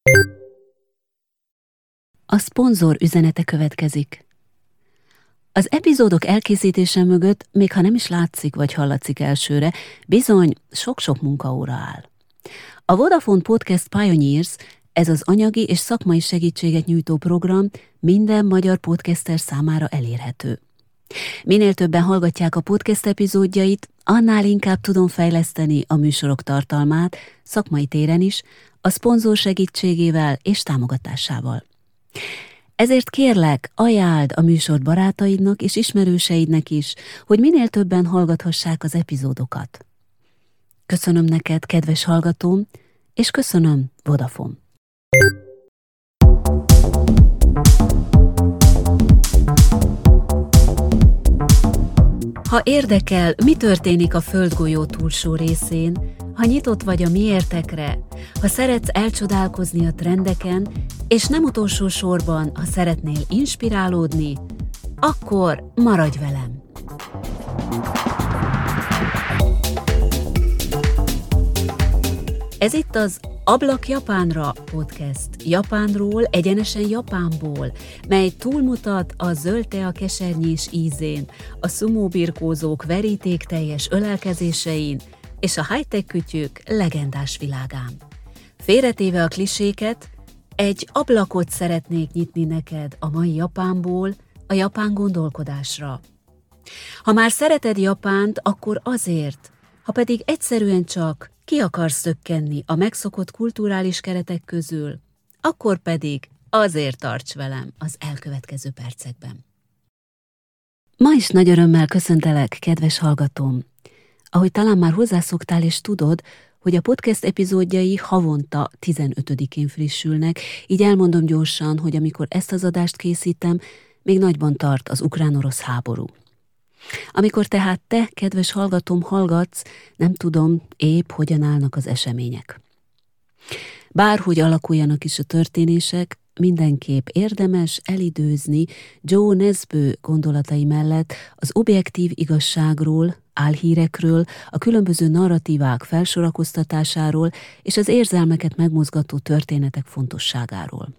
A szponzor üzenete következik. Az epizódok elkészítése mögött, még ha nem is látszik vagy hallatszik elsőre, bizony sok-sok munkaóra áll. A Vodafone Podcast Pioneers, ez az anyagi és szakmai segítséget nyújtó program minden magyar podcaster számára elérhető. Minél többen hallgatják a podcast epizódjait, annál inkább tudom fejleszteni a műsorok tartalmát, szakmai téren is, a szponzor segítségével és támogatásával. Ezért kérlek, ajánld a műsort barátaidnak és ismerőseidnek is, hogy minél többen hallgathassák az epizódokat. Köszönöm neked, kedves hallgatóm, és köszönöm, Vodafone. Ha érdekel, mi történik a földgolyó túlsó részén, ha nyitott vagy a miértekre, ha szeretsz elcsodálkozni a trendeken, és nem utolsó sorban, ha szeretnél inspirálódni, akkor maradj velem! Ez itt az Ablak Japánra podcast, Japánról, egyenesen Japánból, mely túlmutat a zöld tea kesernyés ízén, a szumó birkózók verítékteljes ölelkezésein és a high-tech kütyük legendás világán. Félretéve a kliséket, egy ablakot szeretnék nyitni neked a mai Japánból, a japán gondolkodásra. Ha már szereted Japánt, akkor azért, ha pedig egyszerűen csak ki akarsz szökkenni a megszokott kulturális keretek közül, akkor pedig azért tarts velem az elkövetkező percekben. Ma is nagy örömmel köszöntelek, kedves hallgatóm! Ahogy talán már hozzászoktál és tudod, hogy a podcast epizódjai havonta 15-én frissülnek, így elmondom gyorsan, hogy amikor ezt az adást készítem, még nagyban tart az ukrán-orosz háború. Amikor tehát te, kedves hallgatóm, hallgatsz, nem tudom épp hogyan állnak az események. Bárhogy alakuljanak is a történések, mindenképp érdemes elidőzni Joe Nesbø gondolatai mellett az objektív igazságról, álhírekről, a különböző narratívák felsorakoztatásáról és az érzelmeket megmozgató történetek fontosságáról.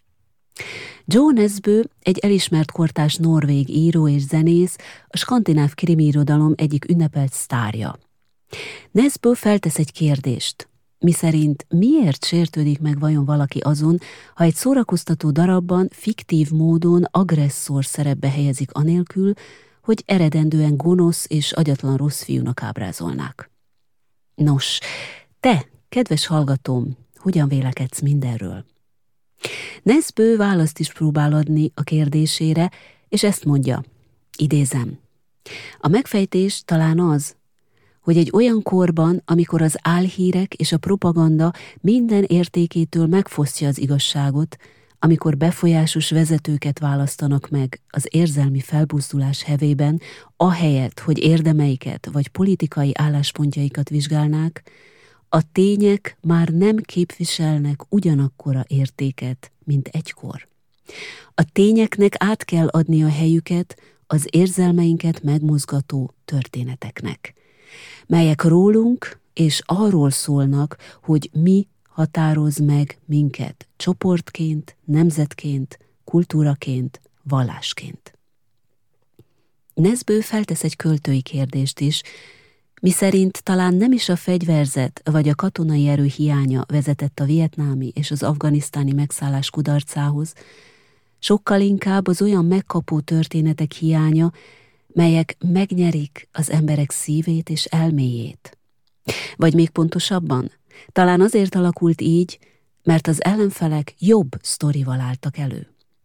Joe Nesbø egy elismert kortárs norvég író és zenész, a skandináv krimiirodalom egyik ünnepelt sztárja. Nesbø feltesz egy kérdést, miszerint miért sértődik meg vajon valaki azon, ha egy szórakoztató darabban fiktív módon agresszor szerepbe helyezik anélkül, hogy eredendően gonosz és agyatlan rossz fiúnak ábrázolnák. Nos, te, kedves hallgatóm, hogyan vélekedsz mindenről? Nesbø választ is próbál adni a kérdésére, és ezt mondja, idézem. A megfejtés talán az, hogy egy olyan korban, amikor az álhírek és a propaganda minden értékétől megfosztja az igazságot, amikor befolyásos vezetőket választanak meg az érzelmi felbuzdulás hevében, ahelyett, hogy érdemeiket vagy politikai álláspontjaikat vizsgálnák, a tények már nem képviselnek ugyanakkora értéket, mint egykor. A tényeknek át kell adni a helyüket az érzelmeinket megmozgató történeteknek, melyek rólunk és arról szólnak, hogy mi határoz meg minket csoportként, nemzetként, kultúraként, vallásként. Nesbø feltesz egy költői kérdést is, miszerint talán nem is a fegyverzet vagy a katonai erő hiánya vezetett a vietnámi és az afganisztáni megszállás kudarcához, sokkal inkább az olyan megkapó történetek hiánya, melyek megnyerik az emberek szívét és elméjét. Vagy még pontosabban, talán azért alakult így, mert az ellenfelek jobb sztorival álltak elő.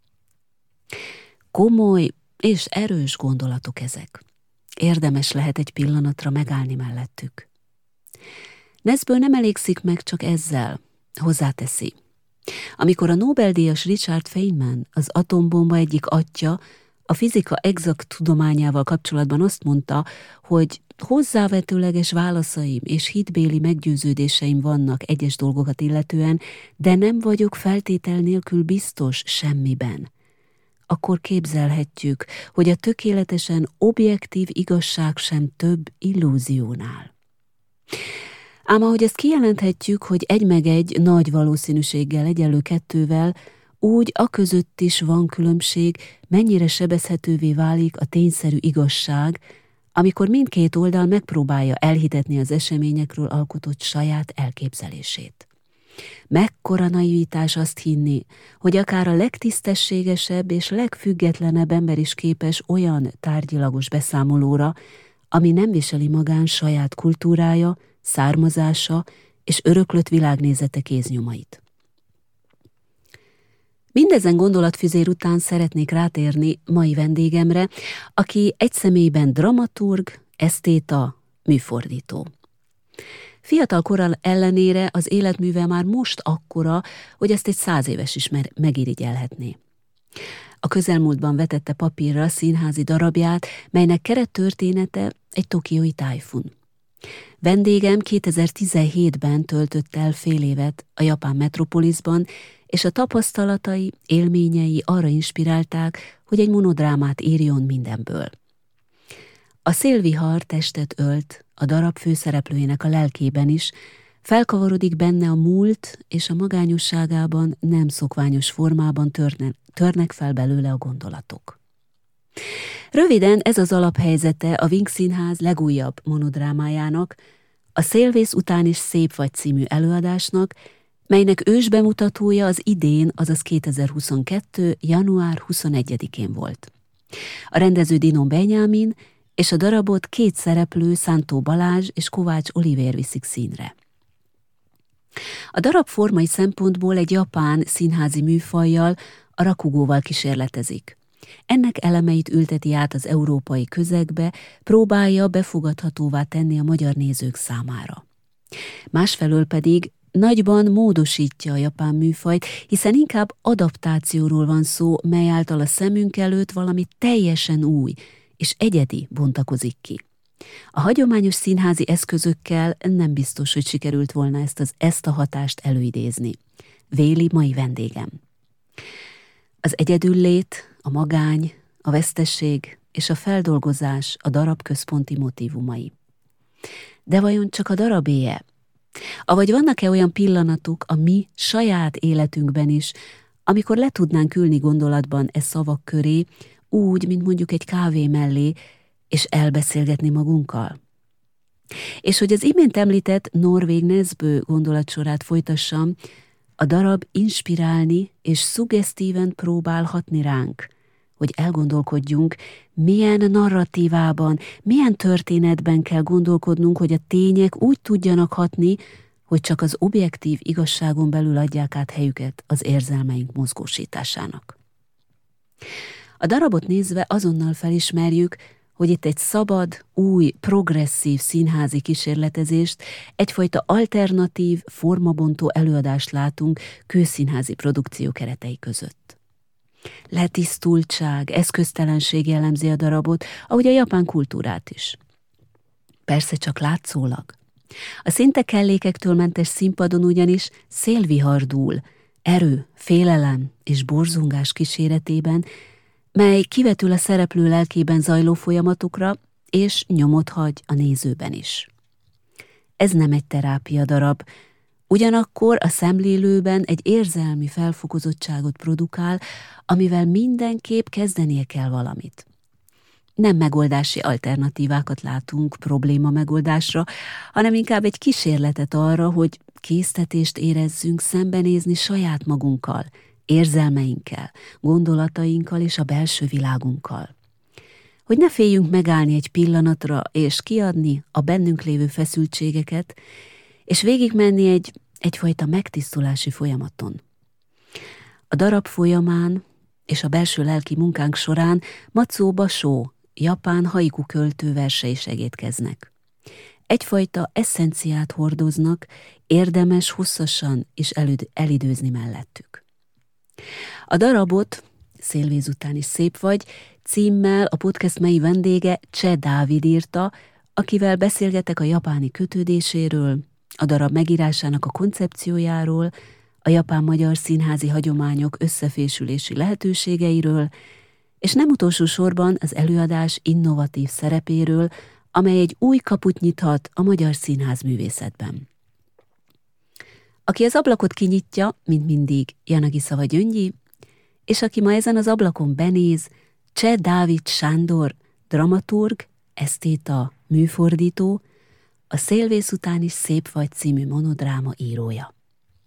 Komoly és erős gondolatok ezek. Érdemes lehet egy pillanatra megállni mellettük. Nesbø nem elégszik meg csak ezzel, hozzáteszi. Amikor a Nobel-díjas Richard Feynman, az atombomba egyik atyja, a fizika exakt tudományával kapcsolatban azt mondta, hogy hozzávetőleges válaszaim és hitbéli meggyőződéseim vannak egyes dolgokat illetően, de nem vagyok feltétel nélkül biztos semmiben. Akkor képzelhetjük, hogy a tökéletesen objektív igazság sem több illúziónál. Ám ahogy ezt kijelenthetjük, hogy 1/1 nagy valószínűséggel egyenlő 2-vel, úgy aközött is van különbség, mennyire sebezhetővé válik a tényszerű igazság, amikor mindkét oldal megpróbálja elhitetni az eseményekről alkotott saját elképzelését. Mekkora naivitás azt hinni, hogy akár a legtisztességesebb és legfüggetlenebb ember is képes olyan tárgyilagos beszámolóra, ami nem viseli magán saját kultúrája, származása és öröklött világnézete kéznyomait. Mindezen gondolatfüzér után szeretnék rátérni mai vendégemre, aki egy személyben dramaturg, esztéta, műfordító. Fiatal kora ellenére az életműve már most akkora, hogy ezt egy 100 éves is megirigyelhetné. A közelmúltban vetette papírra színházi darabját, melynek kerettörténete egy tokiói tájfun. Vendégem 2017-ben töltött el fél évet a japán metropoliszban, és a tapasztalatai, élményei arra inspirálták, hogy egy monodrámát írjon mindenből. A szélvihar testet ölt a darab főszereplőjének a lelkében is, felkavarodik benne a múlt, és a magányosságában nem szokványos formában törnek fel belőle a gondolatok. Röviden ez az alaphelyzete a Vink Színház legújabb monodrámájának, a Szélvész után is szép vagy című előadásnak, melynek ősbemutatója az idén, azaz 2022. január 21-én volt. A rendező Dinon Benyámin, és a darabot 2 szereplő, Szántó Balázs és Kovács Olivér viszik színre. A darab formai szempontból egy japán színházi műfajjal, a rakugóval kísérletezik. Ennek elemeit ülteti át az európai közegbe, próbálja befogadhatóvá tenni a magyar nézők számára. Másfelől pedig nagyban módosítja a japán műfajt, hiszen inkább adaptációról van szó, mely által a szemünk előtt valami teljesen új és egyedi bontakozik ki. A hagyományos színházi eszközökkel nem biztos, hogy sikerült volna ezt a hatást előidézni. Véli mai vendégem. Az egyedüllét, a magány, a vesztesség és a feldolgozás a darab központi motívumai. De vajon csak a darabéje? Avagy vannak-e olyan pillanatok a mi saját életünkben is, amikor le tudnánk ülni gondolatban e szavak köré, úgy, mint mondjuk egy kávé mellé, és elbeszélgetni magunkkal? És hogy az imént említett Norvég Nesbø gondolatsorát folytassam, a darab inspirálni és szuggesztíven próbál hatni ránk, hogy elgondolkodjunk, milyen narratívában, milyen történetben kell gondolkodnunk, hogy a tények úgy tudjanak hatni, hogy csak az objektív igazságon belül adják át helyüket az érzelmeink mozgósításának. A darabot nézve azonnal felismerjük, hogy itt egy szabad, új, progresszív színházi kísérletezést, egyfajta alternatív, formabontó előadást látunk kőszínházi produkció keretei között. Letisztultság, eszköztelenség jellemzi a darabot, ahogy a japán kultúrát is. Persze csak látszólag. A szinte kellékektől mentes színpadon ugyanis szélvihar dúl, erő, félelem és borzongás kíséretében, mely kivetül a szereplő lelkében zajló folyamatokra, és nyomot hagy a nézőben is. Ez nem egy terápia darab, ugyanakkor a szemlélőben egy érzelmi felfokozottságot produkál, amivel mindenképp kezdenie kell valamit. Nem megoldási alternatívákat látunk probléma megoldásra, hanem inkább egy kísérletet arra, hogy késztetést érezzünk szembenézni saját magunkkal, érzelmeinkkel, gondolatainkkal és a belső világunkkal. Hogy ne féljünk megállni egy pillanatra és kiadni a bennünk lévő feszültségeket, és végigmenni egyfajta megtisztulási folyamaton. A darab folyamán és a belső lelki munkánk során Matsuo Basho, japán haiku költő versei segédkeznek. Egyfajta esszenciát hordoznak, érdemes hosszasan is elidőzni mellettük. A darabot, Szélvész után is szép vagy, címmel a podcast mai vendége Cseh Dávid írta, akivel beszélgetek a japáni kötődéséről, a darab megírásának a koncepciójáról, a japán-magyar színházi hagyományok összefésülési lehetőségeiről, és nem utolsó sorban az előadás innovatív szerepéről, amely egy új kaput nyithat a magyar színház művészetben. Aki az ablakot kinyitja, mint mindig, Janagi Szava Gyöngyi, és aki ma ezen az ablakon benéz, Cseh Dávid Sándor, dramaturg, esztéta, műfordító, a Szélvész után is szép vagy című monodráma írója.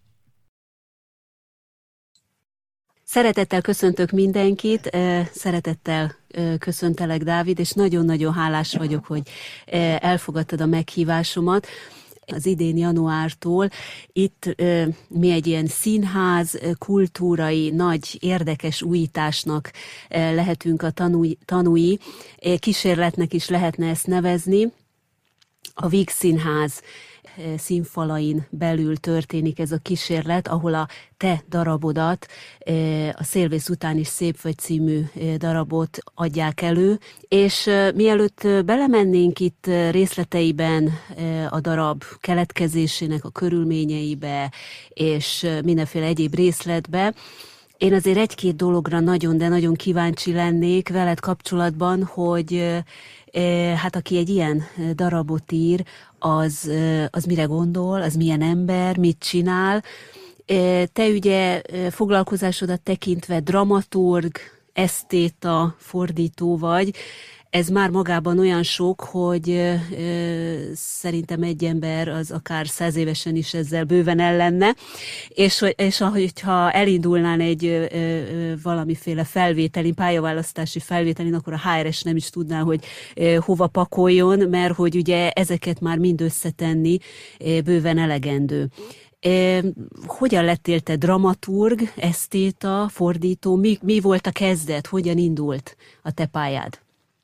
Szeretettel köszöntök mindenkit, szeretettel köszöntelek, Dávid, és nagyon-nagyon hálás vagyok, hogy elfogadtad a meghívásomat. Az idén januártól itt mi egy ilyen színház, kultúrai, nagy, érdekes újításnak lehetünk a tanúi. Kísérletnek is lehetne ezt nevezni. A Víg Színház színfalain belül történik ez a kísérlet, ahol a te darabodat, a Szélvész után is szép vagy című darabot adják elő, és mielőtt belemennénk itt részleteiben a darab keletkezésének a körülményeibe, és mindenféle egyéb részletbe, én azért egy-két dologra nagyon, de nagyon kíváncsi lennék veled kapcsolatban, hogy hát aki egy ilyen darabot ír, az mire gondol, az milyen ember, mit csinál. Te ugye foglalkozásodat tekintve dramaturg, esztéta, fordító vagy. Ez már magában olyan sok, hogy szerintem egy ember az akár 100 évesen is ezzel bőven ellenne, és hogyha elindulnál egy valamiféle felvételin, pályaválasztási felvételin, akkor a HRS nem is tudná, hogy hova pakoljon, mert hogy ugye ezeket már mind összetenni bőven elegendő. Hogyan lettél te dramaturg, esztéta, fordító? Mi volt a kezdet? Hogyan indult a te pályád?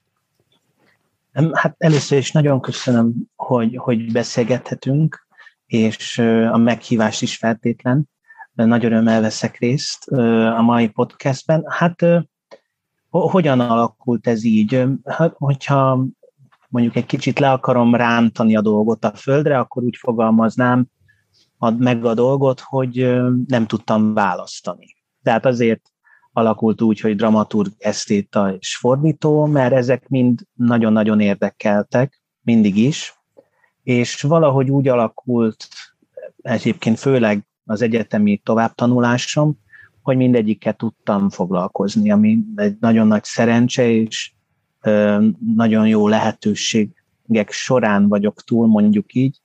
Hát először is nagyon köszönöm, hogy beszélgethetünk, és a meghívás is feltétlen. Nagy örömmel veszek részt a mai podcastben. Hát hogyan alakult ez így? Hogyha mondjuk egy kicsit le akarom rántani a dolgot a földre, akkor úgy fogalmaznám meg a dolgot, hogy nem tudtam választani. Tehát azért alakult úgy, hogy dramaturg, esztéta és fordító, mert ezek mind nagyon-nagyon érdekeltek, mindig is, és valahogy úgy alakult, egyébként főleg az egyetemi továbbtanulásom, hogy mindegyikkel tudtam foglalkozni, ami egy nagyon nagy szerencse, és nagyon jó lehetőségek során vagyok túl, mondjuk így,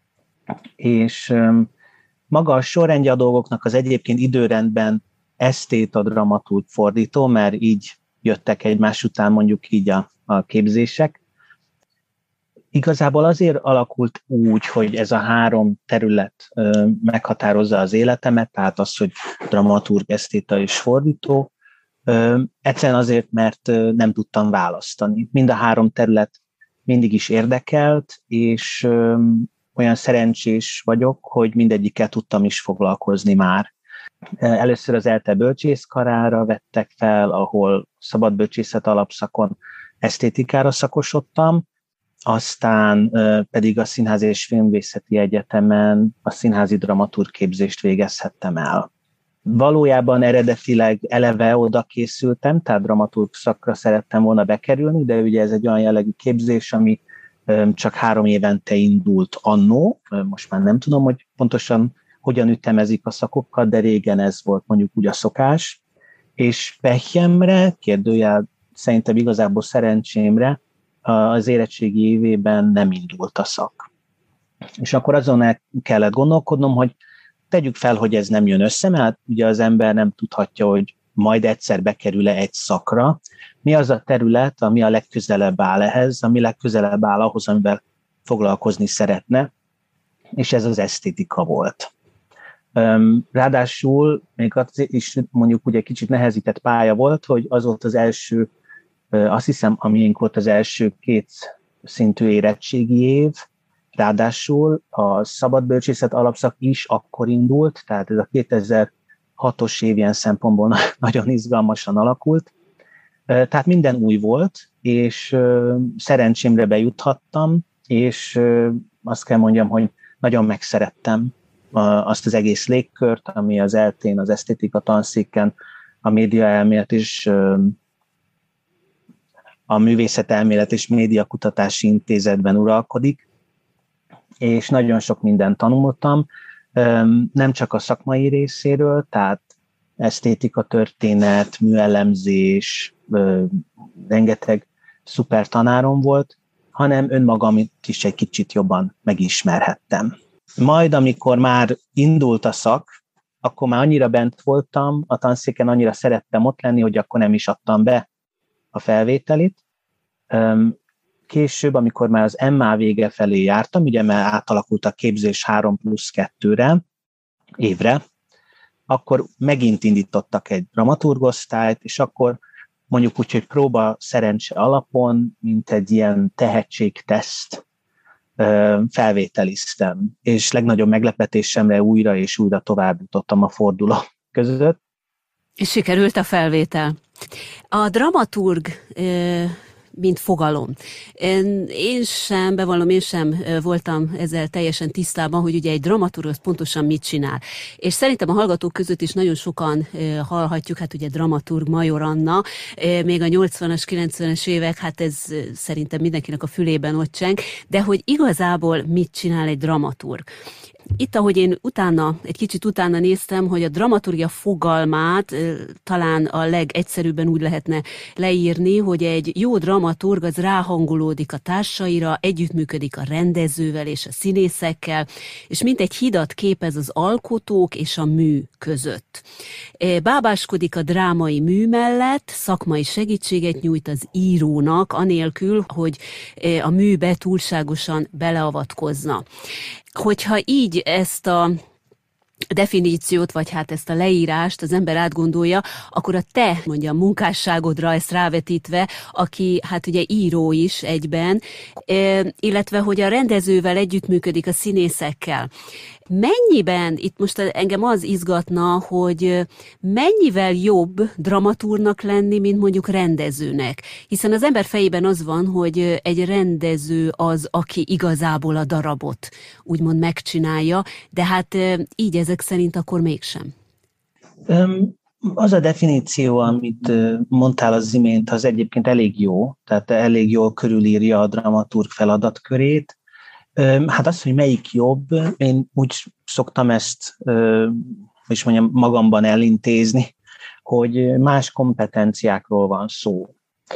és maga a sorrendje a dolgoknak az egyébként időrendben esztéta, dramaturg, fordító, mert így jöttek egymás után mondjuk így a képzések. Igazából azért alakult úgy, hogy ez a három terület meghatározza az életemet, tehát az, hogy dramaturg, esztéta és fordító. Egyszerűen azért, mert nem tudtam választani. Mind a három terület mindig is érdekelt, és olyan szerencsés vagyok, hogy mindegyikkel tudtam is foglalkozni már. Először az ELTE bölcsészkarára vettek fel, ahol szabadbölcsészet alapszakon esztétikára szakosodtam, aztán pedig a Színház és Filmvészeti Egyetemen a színházi dramaturg képzést végezhettem el. Valójában eredetileg eleve oda készültem, tehát dramaturg szakra szerettem volna bekerülni, de ugye ez egy olyan jellegű képzés, ami csak 3 évente indult annó, most már nem tudom, hogy pontosan hogyan ütemezik a szakokat, de régen ez volt mondjuk úgy a szokás, és pehjemre, kérdőjel szerintem igazából szerencsémre, az érettségi évében nem indult a szak. És akkor azon el kellett gondolkodnom, hogy tegyük fel, hogy ez nem jön össze, mert ugye az ember nem tudhatja, hogy majd egyszer bekerül-e egy szakra. Mi az a terület, ami a legközelebb áll ehhez, ami legközelebb áll ahhoz, amivel foglalkozni szeretne, és ez az esztétika volt. Ráadásul még az is mondjuk ugye kicsit nehezített pálya volt, hogy az volt az első, azt hiszem, amilyen volt az első 2 szintű érettségi év, ráadásul a szabadbölcsészet alapszak is akkor indult, tehát ez a 2006-os év ilyen szempontból nagyon izgalmasan alakult. Tehát minden új volt, és szerencsémre bejuthattam, és azt kell mondjam, hogy nagyon megszerettem azt az egész légkört, ami az ELTE-n, az esztétika tanszéken, a médiaelmélet és a Művészetelmélet és Médiakutatási Intézetben uralkodik, és nagyon sok mindent tanultam. nem csak a szakmai részéről, tehát esztétika történet, műelemzés, rengeteg szuper tanárom volt, hanem önmagam is egy kicsit jobban megismerhettem. Majd, amikor már indult a szak, akkor már annyira bent voltam, a tanszéken annyira szerettem ott lenni, hogy akkor nem is adtam be a felvételit. Később, amikor már az MA vége felé jártam, ugye mert átalakult a képzés 3+2 évre, akkor megint indítottak egy dramaturgosztályt, és akkor mondjuk úgy, hogy próba szerencse alapon, mint egy ilyen tehetségteszt felvételiztem, és legnagyobb meglepetésemre újra és újra tovább jutottam a forduló között. És sikerült a felvétel. A dramaturg, mint fogalom. Én sem voltam ezzel teljesen tisztában, hogy ugye egy dramaturg az pontosan mit csinál. És szerintem a hallgatók között is nagyon sokan hallhatjuk, hát ugye dramaturg Major Anna, még a 80-as, 90-es évek, hát ez szerintem mindenkinek a fülében ott cseng, de hogy igazából mit csinál egy dramaturg. Itt, ahogy én egy kicsit utána néztem, hogy a dramaturgia fogalmát talán a legegyszerűbben úgy lehetne leírni, hogy egy jó dramaturg az ráhangolódik a társaira, együttműködik a rendezővel és a színészekkel, és mint egy hidat képez az alkotók és a mű között. Bábáskodik a drámai mű mellett, szakmai segítséget nyújt az írónak, anélkül, hogy a műbe túlságosan beleavatkozna. Hogyha így ezt a definíciót, vagy hát ezt a leírást az ember átgondolja, akkor a te, mondja, munkásságodra ezt rávetítve, aki hát ugye író is egyben, illetve hogy a rendezővel együttműködik a színészekkel. Mennyiben, itt most engem az izgatna, hogy mennyivel jobb dramatúrnak lenni, mint mondjuk rendezőnek. Hiszen az ember fejében az van, hogy egy rendező az, aki igazából a darabot úgymond megcsinálja, de hát így ezek szerint akkor mégsem. Az a definíció, amit mondtál az imént, az egyébként elég jó, tehát elég jól körülírja a dramaturg feladatkörét. Hát az, hogy melyik jobb, én úgy szoktam ezt, és mondjam, magamban elintézni, hogy más kompetenciákról van szó.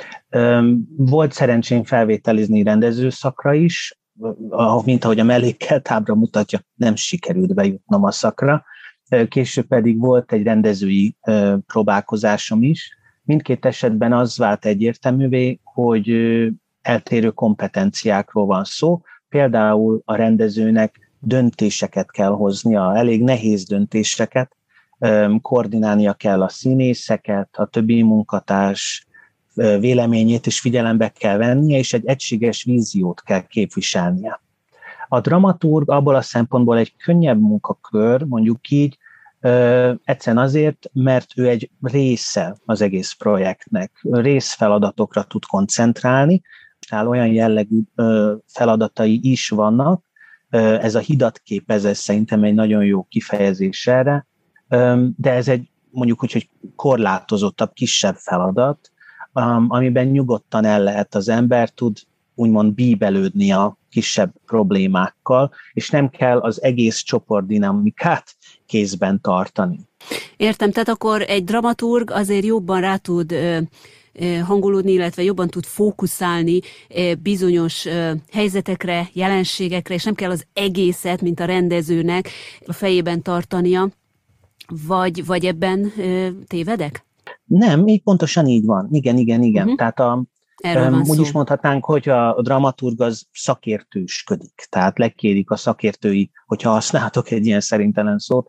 Volt szerencsém felvételizni rendezőszakra is, mint ahogy a mellékkeltábra mutatja, nem sikerült bejutnom a szakra. Később pedig volt egy rendezői próbálkozásom is. Mindkét esetben az vált egyértelművé, hogy eltérő kompetenciákról van szó. Például a rendezőnek döntéseket kell hoznia, elég nehéz döntéseket, koordinálnia kell a színészeket, a többi munkatárs véleményét is figyelembe kell vennie, és egy egységes víziót kell képviselnie. A dramaturg abból a szempontból egy könnyebb munkakör, mondjuk így, egyszerűen azért, mert ő egy része az egész projektnek, részfeladatokra tud koncentrálni, olyan jellegű feladatai is vannak, ez a hidat képez, ez szerintem egy nagyon jó kifejezés erre, de ez egy mondjuk úgy, hogy korlátozottabb, kisebb feladat, amiben nyugodtan el lehet az ember, tud úgymond bíbelődni a kisebb problémákkal, és nem kell az egész csoportdinamikát kézben tartani. Értem, tehát akkor egy dramaturg azért jobban rá tud hangolódni, illetve jobban tud fókuszálni bizonyos helyzetekre, jelenségekre, és nem kell az egészet, mint a rendezőnek a fejében tartania, vagy ebben tévedek? Nem, így pontosan így van. Igen. Tehát úgy is mondhatnánk, hogy a dramaturg az szakértősködik, tehát lekérik a szakértői, hogyha használhatok egy ilyen szerintelen szót,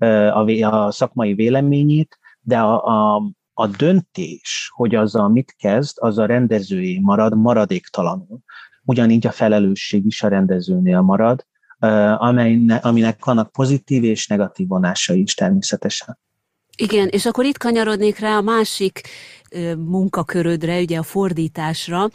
a szakmai véleményét, de a döntés, hogy azzal mit kezd, az a rendezői marad maradéktalanul. Ugyanígy a felelősség is a rendezőnél marad, aminek vannak pozitív és negatív vonásai is természetesen. Igen, és akkor itt kanyarodnék rá a másik munkakörödre, ugye a fordításra,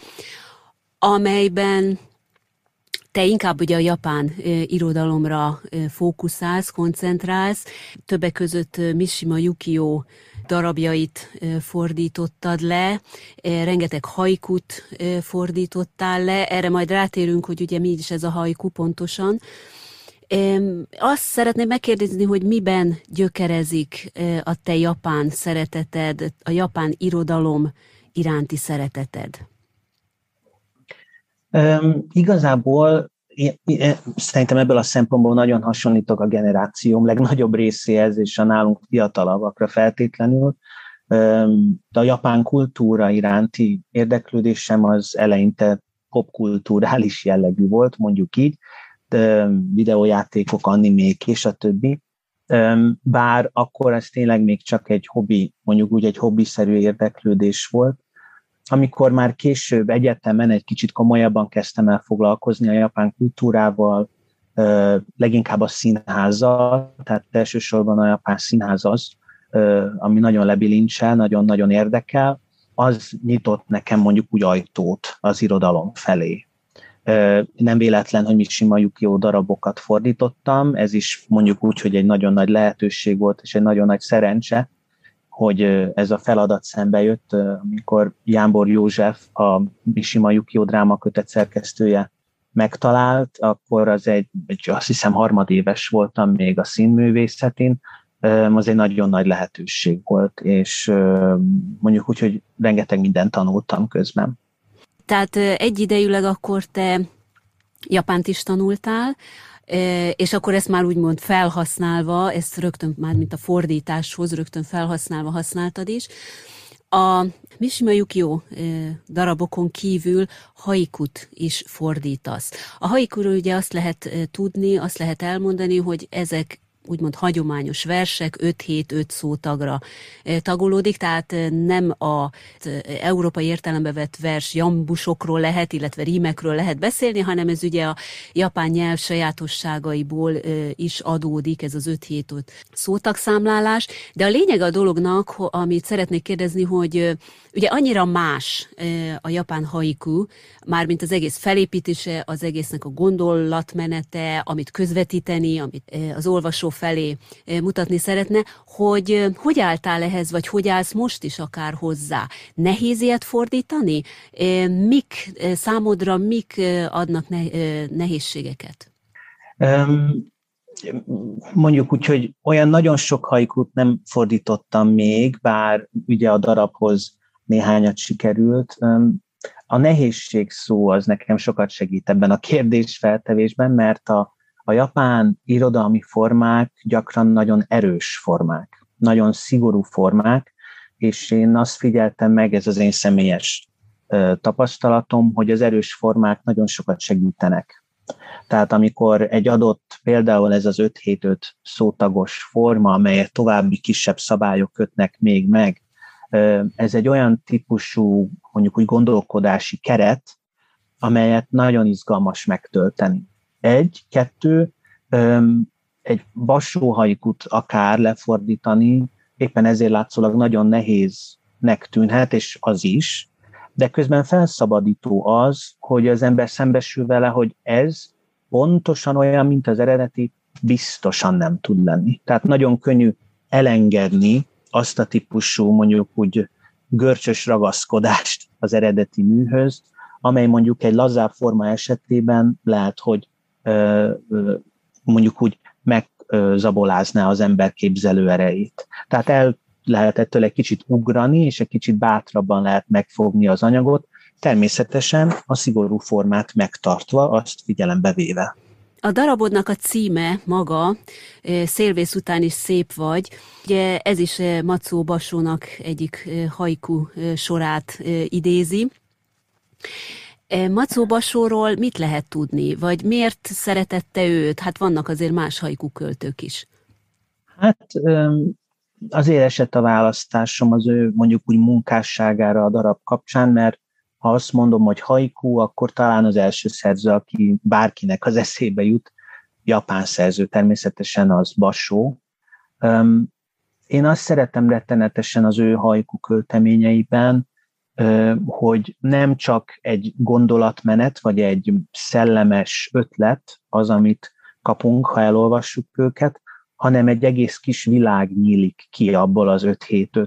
amelyben te inkább ugye a japán irodalomra fókuszálsz, koncentrálsz, többek között Mishima Yukio darabjait fordítottad le, rengeteg haikut fordítottál le, erre majd rátérünk, hogy ugye mi is ez a haiku pontosan. Azt szeretném megkérdezni, hogy miben gyökerezik a te japán szereteted, a japán irodalom iránti szereteted? Igazából én szerintem ebből a szempontból nagyon hasonlítok a generációm legnagyobb részéhez, és a nálunk fiatalabbakra feltétlenül. De a japán kultúra iránti érdeklődésem az eleinte popkulturális jellegű volt, mondjuk így, videójátékok, animék és a többi. Bár akkor ez tényleg még csak egy hobbi, mondjuk úgy egy hobbiszerű érdeklődés volt. Amikor már később egyetemen egy kicsit komolyabban kezdtem el foglalkozni a japán kultúrával, leginkább a színházzal, tehát elsősorban a japán színház az, ami nagyon lebilincsel, nagyon-nagyon érdekel, az nyitott nekem mondjuk úgy ajtót az irodalom felé. Nem véletlen, hogy Mishima Jukio darabokat fordítottam, ez is mondjuk úgy, hogy egy nagyon nagy lehetőség volt, és egy nagyon nagy szerencse, hogy ez a feladat szembe jött, amikor Jánbor József, a Mishima Jukio drámakötet szerkesztője megtalált, akkor az azt hiszem harmadéves voltam még a színművészetén, az egy nagyon nagy lehetőség volt, és mondjuk úgy, hogy rengeteg mindent tanultam közben. Tehát egyidejűleg akkor te japánt is tanultál, és akkor ezt már úgymond felhasználva, ezt rögtön már, mint a fordításhoz, rögtön felhasználva használtad is. A Mishima Jukio darabokon kívül haikut is fordítasz. A haikuról ugye azt lehet tudni, azt lehet elmondani, hogy ezek úgymond hagyományos versek, 5-7-5 szótagra tagolódik, tehát nem az európai értelembe vett vers jambusokról lehet, illetve rímekről lehet beszélni, hanem ez ugye a japán nyelv sajátosságaiból is adódik, ez az 5-7-5 szótagszámlálás. De a lényeg a dolognak, amit szeretnék kérdezni, hogy ugye annyira más a japán haiku, mármint az egész felépítése, az egésznek a gondolatmenete, amit közvetíteni, amit az olvasó felé mutatni szeretne, hogy álltál ehhez, vagy hogy állsz most is akár hozzá? Nehéz ilyet fordítani? Számodra mik adnak nehézségeket? Mondjuk úgy, hogy olyan nagyon sok haikut nem fordítottam még, bár ugye a darabhoz néhányat sikerült. A nehézség szó az nekem sokat segít ebben a kérdésfeltevésben, mert a japán irodalmi formák gyakran nagyon erős formák, nagyon szigorú formák, és én azt figyeltem meg, ez az én személyes tapasztalatom, hogy az erős formák nagyon sokat segítenek. Tehát amikor egy adott, például ez az 5-7-5 szótagos forma, amelyet további kisebb szabályok kötnek még meg, ez egy olyan típusú, mondjuk úgy gondolkodási keret, amelyet nagyon izgalmas megtölteni. 2, egy basó haikut akár lefordítani, éppen ezért látszólag nagyon nehéznek tűnhet, és az is, de közben felszabadító az, hogy az ember szembesül vele, hogy ez pontosan olyan, mint az eredeti, biztosan nem tud lenni. Tehát nagyon könnyű elengedni azt a típusú, mondjuk úgy görcsös ragaszkodást az eredeti műhöz, amely mondjuk egy lazább forma esetében lehet, hogy mondjuk úgy megzabolázná az ember képzelő erejét. Tehát el lehet ettől egy kicsit ugrani, és egy kicsit bátrabban lehet megfogni az anyagot, természetesen a szigorú formát megtartva, azt figyelembe véve. A darabodnak a címe maga, Szélvész után is szép vagy, ugye ez is Matsuo Bashónak egyik haiku sorát idézi. Matsuo Bashóról mit lehet tudni, vagy miért szeretette őt? Hát vannak azért más haiku költők is. Hát azért esett a választásom az ő mondjuk úgy munkásságára a darab kapcsán, mert ha azt mondom, hogy haiku, akkor talán az első szerző, aki bárkinek az eszébe jut, japán szerző, természetesen az Bashó. Én azt szeretem rettenetesen az ő haiku költeményeiben, hogy nem csak egy gondolatmenet, vagy egy szellemes ötlet az, amit kapunk, ha elolvassuk őket, hanem egy egész kis világ nyílik ki abból az 5-7-5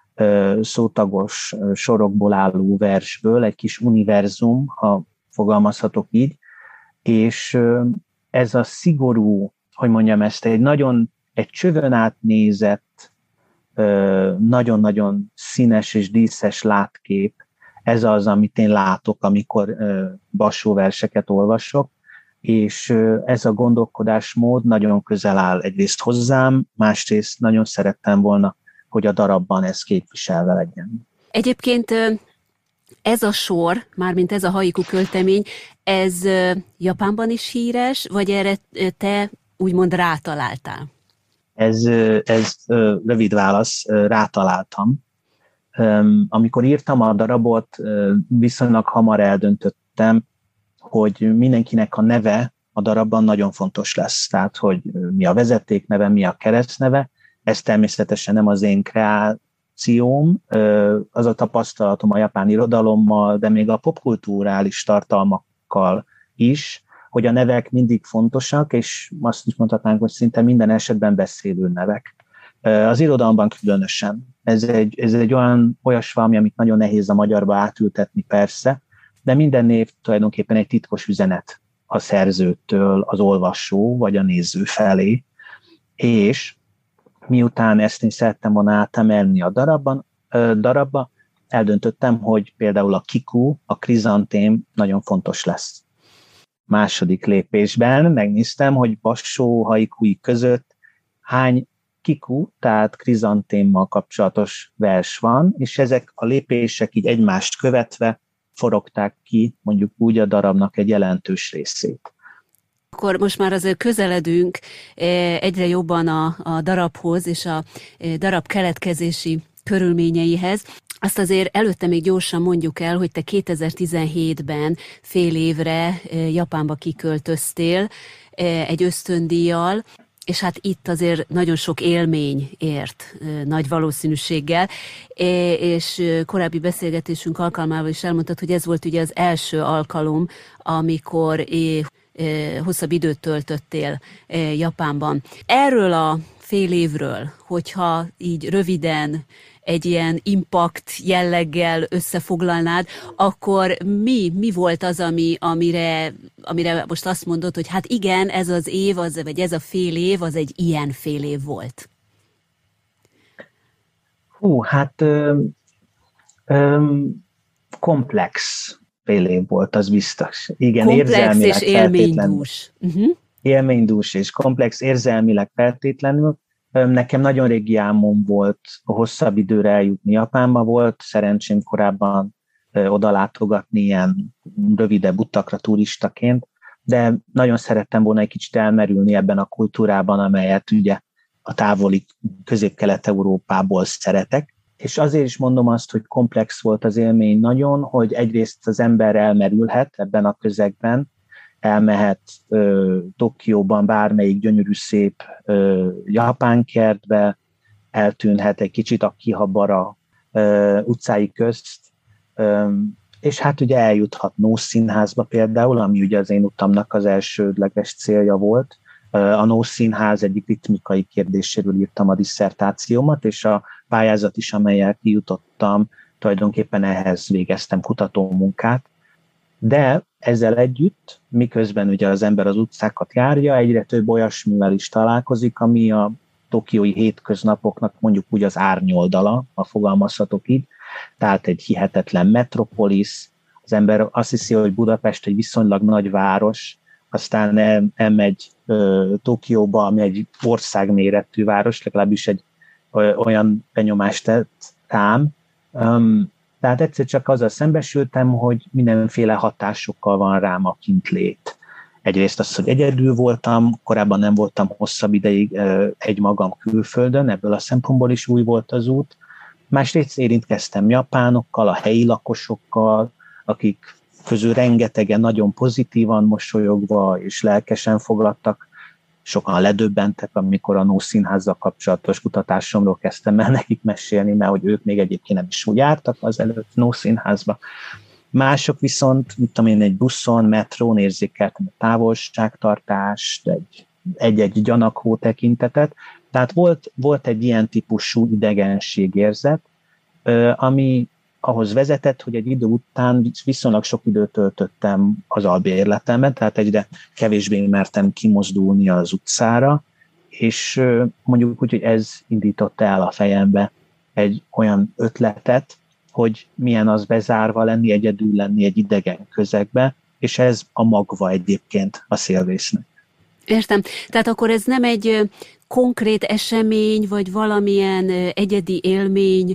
szótagos sorokból álló versből, egy kis univerzum, ha fogalmazhatok így, és ez a szigorú, hogy mondjam ezt, egy csövön átnézett, nagyon-nagyon színes és díszes látkép, ez az, amit én látok, amikor Basó verseket olvasok, és ez a gondolkodásmód nagyon közel áll egyrészt hozzám, másrészt nagyon szerettem volna, hogy a darabban ez képviselve legyen. Egyébként ez a sor, mármint ez a haiku költemény, ez Japánban is híres, vagy erre te úgymond rátaláltál? Ez rövid válasz, rátaláltam. Amikor írtam a darabot, viszonylag hamar eldöntöttem, hogy mindenkinek a neve a darabban nagyon fontos lesz. Tehát, hogy mi a vezetékneve, mi a keresztneve. Ez természetesen nem az én kreációm, az a tapasztalatom a japán irodalommal, de még a popkulturális tartalmakkal is, hogy a nevek mindig fontosak, és azt is mondhatnánk, hogy szinte minden esetben beszélő nevek. Az irodalomban különösen. Ez egy olyas valami, amit nagyon nehéz a magyarba átültetni persze, de minden név tulajdonképpen egy titkos üzenet a szerzőtől az olvasó vagy a néző felé, és miután ezt én szerettem volna átemelni a darabba, eldöntöttem, hogy például a kiku, a krizantém nagyon fontos lesz. Második lépésben megnéztem, hogy Basó haikui között hány kiku, tehát krizantémmal kapcsolatos vers van, és ezek a lépések így egymást követve forogták ki mondjuk úgy a darabnak egy jelentős részét. Akkor most már azért közeledünk egyre jobban a darabhoz és a darab keletkezési körülményeihez. Azt azért előtte még gyorsan mondjuk el, hogy te 2017-ben fél évre Japánba kiköltöztél egy ösztöndíjjal, és hát itt azért nagyon sok élmény ért nagy valószínűséggel, és korábbi beszélgetésünk alkalmával is elmondtad, hogy ez volt ugye az első alkalom, amikor hosszabb időt töltöttél Japánban. Erről a fél évről, hogyha így röviden egy ilyen impact jelleggel összefoglalnád, akkor mi volt az, amire most azt mondod, hogy hát igen, ez az év, vagy ez a fél év, az egy ilyen fél év volt? Komplex fél év volt, az biztos. Igen, komplex és élménydús. Élménydús és komplex, érzelmileg feltétlenül. Nekem nagyon régi álmom volt a hosszabb időre eljutni Japánba, volt szerencsém korábban oda látogatni ilyen rövidebb utakra turistaként, de nagyon szerettem volna egy kicsit elmerülni ebben a kultúrában, amelyet ugye a távoli Közép-Kelet-Európából szeretek. És azért is mondom azt, hogy komplex volt az élmény nagyon, hogy egyrészt az ember elmerülhet ebben a közegben, elmehet Tokióban bármelyik gyönyörű szép japán kertbe, eltűnhet egy kicsit a Kihabara utcái közt, és hát ugye eljuthat Nósz Színházba például, ami ugye az én utamnak az elsődleges célja volt. A Nósz Színház egyik ritmikai kérdéséről írtam a disszertációmat, és a pályázat is, amellyel kijutottam, tulajdonképpen ehhez végeztem kutatómunkát. De ezzel együtt, miközben ugye az ember az utcákat járja, egyre több olyasmivel is találkozik, ami a tokiói hétköznapoknak mondjuk úgy az árnyoldala, ha fogalmazhatok így, tehát egy hihetetlen metropolisz, az ember azt hiszi, hogy Budapest egy viszonylag nagy város, aztán elmegy Tokióba, ami egy országméretű város, legalábbis egy olyan benyomást tett rám. Tehát egyszer csak azzal szembesültem, hogy mindenféle hatásokkal van rám a kintlét. Egyrészt az, hogy egyedül voltam, korábban nem voltam hosszabb ideig egymagam külföldön, ebből a szempontból is új volt az út. Másrészt érintkeztem japánokkal, a helyi lakosokkal, akik közül rengetegen nagyon pozitívan mosolyogva és lelkesen fogadtak. Sokan ledöbbentek, amikor a Nósz Színházzal kapcsolatos kutatásomról kezdtem el nekik mesélni, mert hogy ők még egyébként nem is úgy jártak azelőtt Nósz Színházba. Mások viszont, mit tudom én, egy buszon, metrón érzékeltem a távolságtartást, egy gyanakvó tekintetet. Tehát volt egy ilyen típusú idegenségérzet, ami ahhoz vezetett, hogy egy idő után viszonylag sok időt töltöttem az albérletemben, tehát egyre kevésbé mertem kimozdulni az utcára, és mondjuk úgy, hogy ez indította el a fejembe egy olyan ötletet, hogy milyen az bezárva lenni, egyedül lenni egy idegen közegbe, és ez a magva egyébként a szélvésznek. Értem. Tehát akkor ez nem egy konkrét esemény, vagy valamilyen egyedi élmény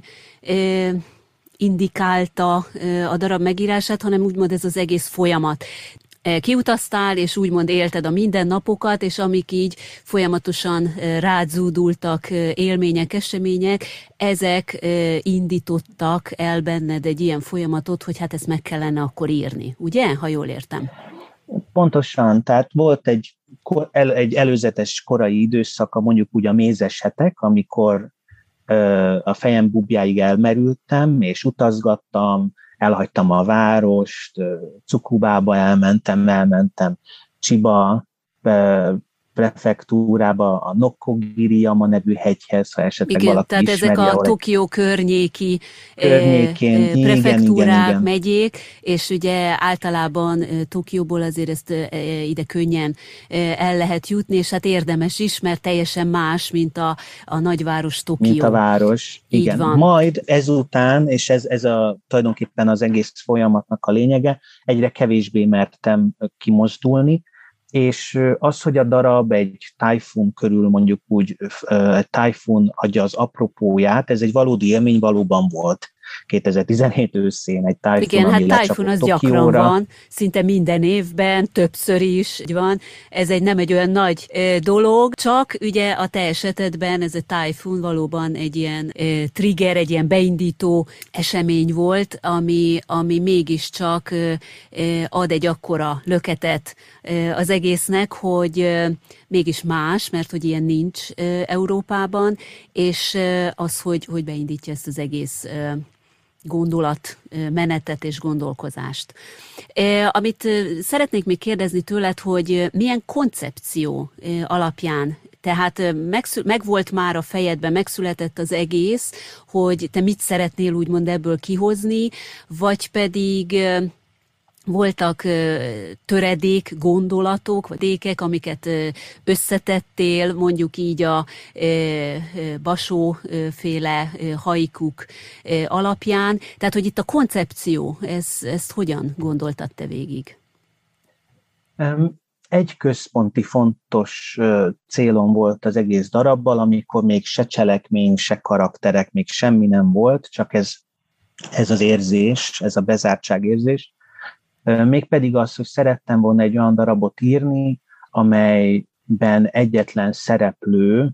indikálta a darab megírását, hanem úgymond ez az egész folyamat. Kiutaztál, és úgymond élted a mindennapokat, és amik így folyamatosan rád zúdultak élmények, események, ezek indítottak el benned egy ilyen folyamatot, hogy hát ezt meg kellene akkor írni, ugye? Ha jól értem. Pontosan, tehát volt egy előzetes korai időszaka, mondjuk úgy a mézes hetek, amikor a fejem bubjáig elmerültem, és utazgattam, elhagytam a várost, Cukubába elmentem Chiba prefektúrába, a Nokogiriyama nevű hegyhez, ha esetleg igen, valaki tehát ismeri. ezek a Tokió környéki prefektúrák, igen. Megyék, és ugye általában Tokióból azért ezt ide könnyen el lehet jutni, és hát érdemes is, mert teljesen más, mint a nagyváros Tokió. Mint a város, igen. Majd ezután, és ez tulajdonképpen az egész folyamatnak a lényege, egyre kevésbé mertem kimozdulni, és az, hogy a darab egy tájfun körül mondjuk úgy, egy tájfun adja az apropóját, ez egy valódi élmény valóban volt. 2017 őszén egy tájfun, igen, ami hát tájfun az gyakran van, szinte minden évben, többször is van. Ez nem egy olyan nagy dolog, csak ugye a te esetedben ez a tájfun valóban egy ilyen trigger, egy ilyen beindító esemény volt, ami mégiscsak ad egy akkora löketet az egésznek, hogy mégis más, mert hogy ilyen nincs Európában, és az, hogy beindítja ezt az egész gondolatmenetet és gondolkozást. Amit szeretnék még kérdezni tőled, hogy milyen koncepció alapján, tehát megvolt már a fejedben, megszületett az egész, hogy te mit szeretnél úgymond ebből kihozni, vagy pedig voltak töredék gondolatok, vagy ékek, összetettél, mondjuk így a Basó-féle haikuk alapján. Tehát, hogy itt a koncepció, ezt hogyan gondoltad te végig? Egy központi fontos célom volt az egész darabbal, amikor még se cselekmény, se karakterek, még semmi nem volt, csak ez az érzés, ez a bezártságérzés. Mégpedig az, hogy szerettem volna egy olyan darabot írni, amelyben egyetlen szereplő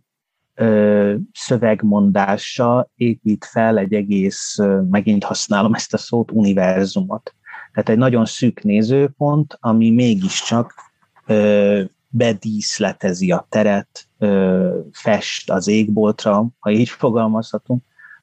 szövegmondása épít fel egy egész, megint használom ezt a szót, univerzumot. Tehát egy nagyon szűk nézőpont, ami mégiscsak bedíszletezi a teret, fest az égboltra, ha így fogalmazhatunk.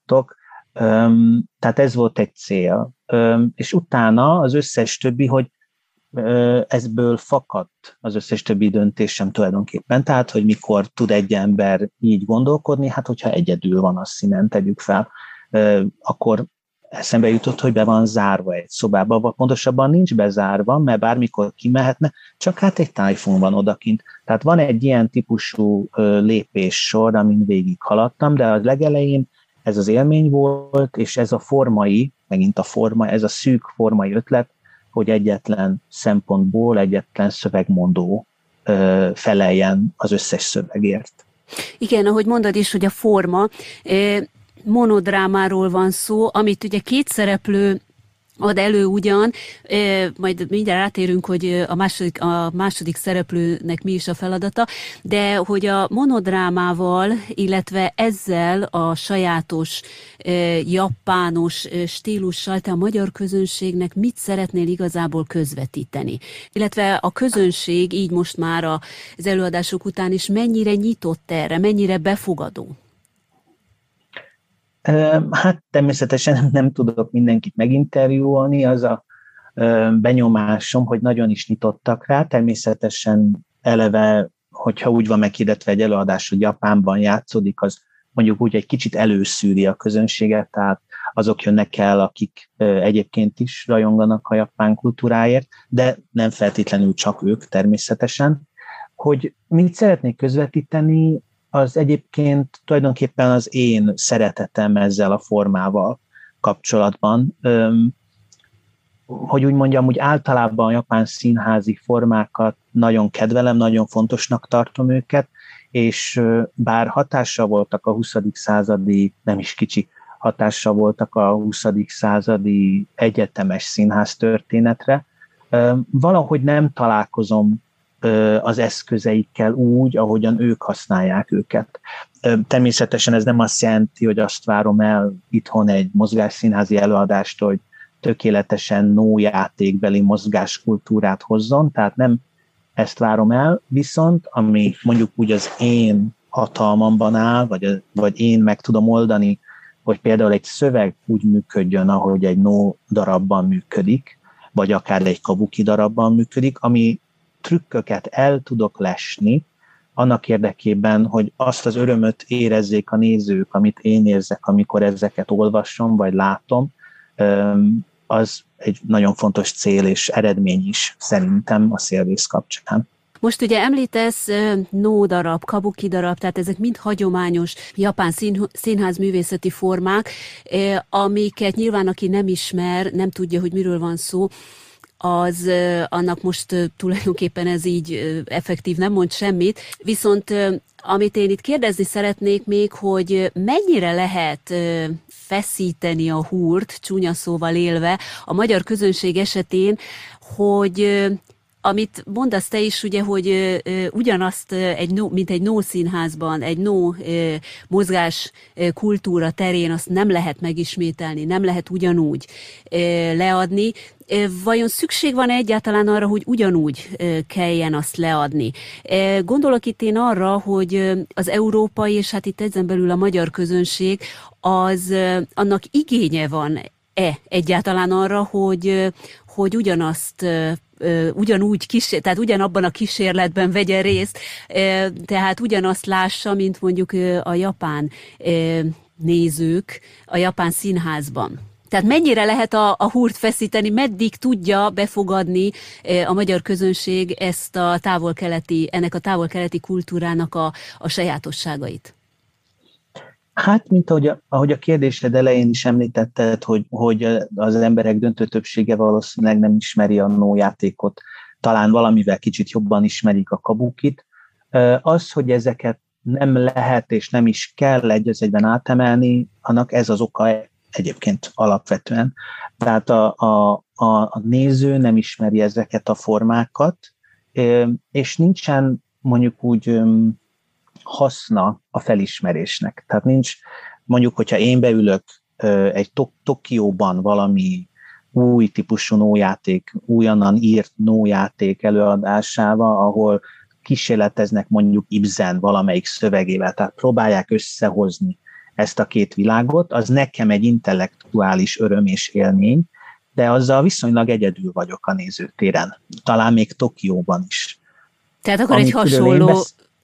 Tehát ez volt egy cél. És utána az összes többi, hogy ezből fakadt az összes többi döntésem tulajdonképpen. Tehát, hogy mikor tud egy ember így gondolkodni, hát hogyha egyedül van a színen, tegyük fel, akkor eszembe jutott, hogy be van zárva egy szobába, vagy pontosabban nincs bezárva, mert bármikor kimehetne, csak hát egy tájfun van odakint. Tehát van egy ilyen típusú lépéssor, amin végig haladtam, de a legelején ez az élmény volt, és ez a formai, megint a forma, ez a szűk formai ötlet, hogy egyetlen szempontból, egyetlen szövegmondó feleljen az összes szövegért. Igen, ahogy mondod is, hogy a forma, monodrámáról van szó, amit ugye két szereplő ad elő ugyan, majd mindjárt rátérünk, hogy a második szereplőnek mi is a feladata, de hogy a monodrámával, illetve ezzel a sajátos japános stílussal te a magyar közönségnek mit szeretnél igazából közvetíteni? Illetve a közönség így most már az előadások után is mennyire nyitott erre, mennyire befogadó? Hát természetesen nem tudok mindenkit meginterjúolni, az a benyomásom, hogy nagyon is nyitottak rá, természetesen eleve, hogyha úgy van meghirdetve egy előadás, hogy Japánban játszódik, az mondjuk úgy egy kicsit előszűri a közönséget, tehát azok jönnek el, akik egyébként is rajonganak a japán kultúráért, de nem feltétlenül csak ők természetesen. Hogy mit szeretnék közvetíteni, az egyébként tulajdonképpen az én szeretetem ezzel a formával kapcsolatban. Hogy úgy mondjam, úgy általában a japán színházi formákat nagyon kedvelem, nagyon fontosnak tartom őket, és bár hatással voltak a 20. századi, nem is kicsi, hatással voltak a 20. századi egyetemes színház történetre, valahogy nem találkozom az eszközeikkel úgy, ahogyan ők használják őket. Természetesen ez nem azt jelenti, hogy azt várom el itthon egy mozgásszínházi előadást, hogy tökéletesen nójátékbeli mozgáskultúrát hozzon, tehát nem ezt várom el, viszont ami mondjuk úgy az én hatalmamban áll, vagy én meg tudom oldani, hogy például egy szöveg úgy működjön, ahogy egy nó darabban működik, vagy akár egy kabuki darabban működik, ami trükköket el tudok lesni, annak érdekében, hogy azt az örömöt érezzék a nézők, amit én érzek, amikor ezeket olvasom, vagy látom, az egy nagyon fontos cél és eredmény is szerintem a szélvész kapcsán. Most ugye említesz nó darab, kabuki darab, tehát ezek mind hagyományos japán színházművészeti formák, amiket nyilván aki nem ismer, nem tudja, hogy miről van szó, az annak most tulajdonképpen ez így effektív nem mond semmit, viszont amit én itt kérdezni szeretnék még, hogy mennyire lehet feszíteni a húrt, csúnya szóval élve, a magyar közönség esetén, hogy amit mondasz te is, ugye, hogy ugyanazt, mint egy nó színházban, egy nó mozgás kultúra terén azt nem lehet megismételni, nem lehet ugyanúgy leadni. Vajon szükség van egyáltalán arra, hogy ugyanúgy kelljen azt leadni? Gondolok itt én arra, hogy az európai, és hát itt ezen belül a magyar közönség, annak igénye van-e egyáltalán arra, hogy ugyanazt ugyanúgy tehát ugyanabban a kísérletben vegye részt, tehát ugyanazt lássa, mint mondjuk a japán nézők a japán színházban. Tehát mennyire lehet a húrt feszíteni, meddig tudja befogadni a magyar közönség ennek a távol-keleti kultúrának a sajátosságait? Hát, mint ahogy a kérdésed elején is említetted, hogy az emberek döntő többsége valószínűleg nem ismeri a nójátékot, talán valamivel kicsit jobban ismerik a kabukit. Az, hogy ezeket nem lehet és nem is kell egy az egyben átemelni, annak ez az oka egyébként alapvetően. Tehát a néző nem ismeri ezeket a formákat, és nincsen mondjuk úgy haszna a felismerésnek. Tehát nincs, mondjuk, hogyha én beülök egy Tokióban valami új típusú nójáték, újonnan írt nójáték előadásával, ahol kísérleteznek mondjuk Ibsen valamelyik szövegével, tehát próbálják összehozni ezt a két világot, az nekem egy intellektuális öröm és élmény, de azzal viszonylag egyedül vagyok a nézőtéren. Talán még Tokióban is. Tehát akkor egy hasonló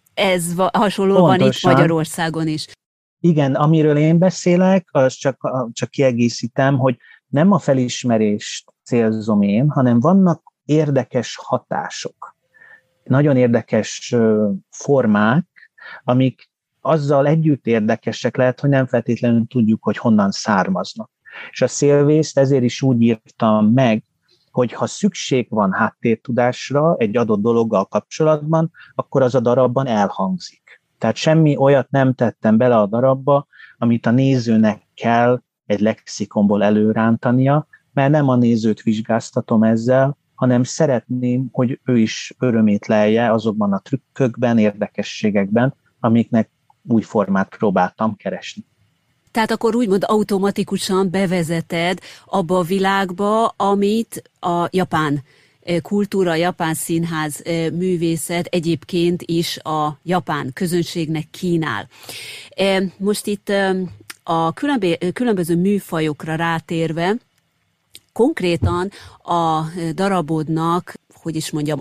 van itt Magyarországon is. Igen, amiről én beszélek, az csak kiegészítem, hogy nem a felismerést célzom én, hanem vannak érdekes hatások, nagyon érdekes formák, amik azzal együtt érdekesek lehet, hogy nem feltétlenül tudjuk, hogy honnan származnak. És a szélvészt ezért is úgy írtam meg, hogy ha szükség van háttértudásra egy adott dologgal kapcsolatban, akkor az a darabban elhangzik. Tehát semmi olyat nem tettem bele a darabba, amit a nézőnek kell egy lexikonból előrántania, mert nem a nézőt vizsgáztatom ezzel, hanem szeretném, hogy ő is örömét lelje azokban a trükkökben, érdekességekben, amiknek új formát próbáltam keresni. Tehát akkor úgymond automatikusan bevezeted abba a világba, amit a japán kultúra, a japán színház művészet egyébként is a japán közönségnek kínál. Most itt a különböző műfajokra rátérve, konkrétan a darabodnak, hogy is mondjam,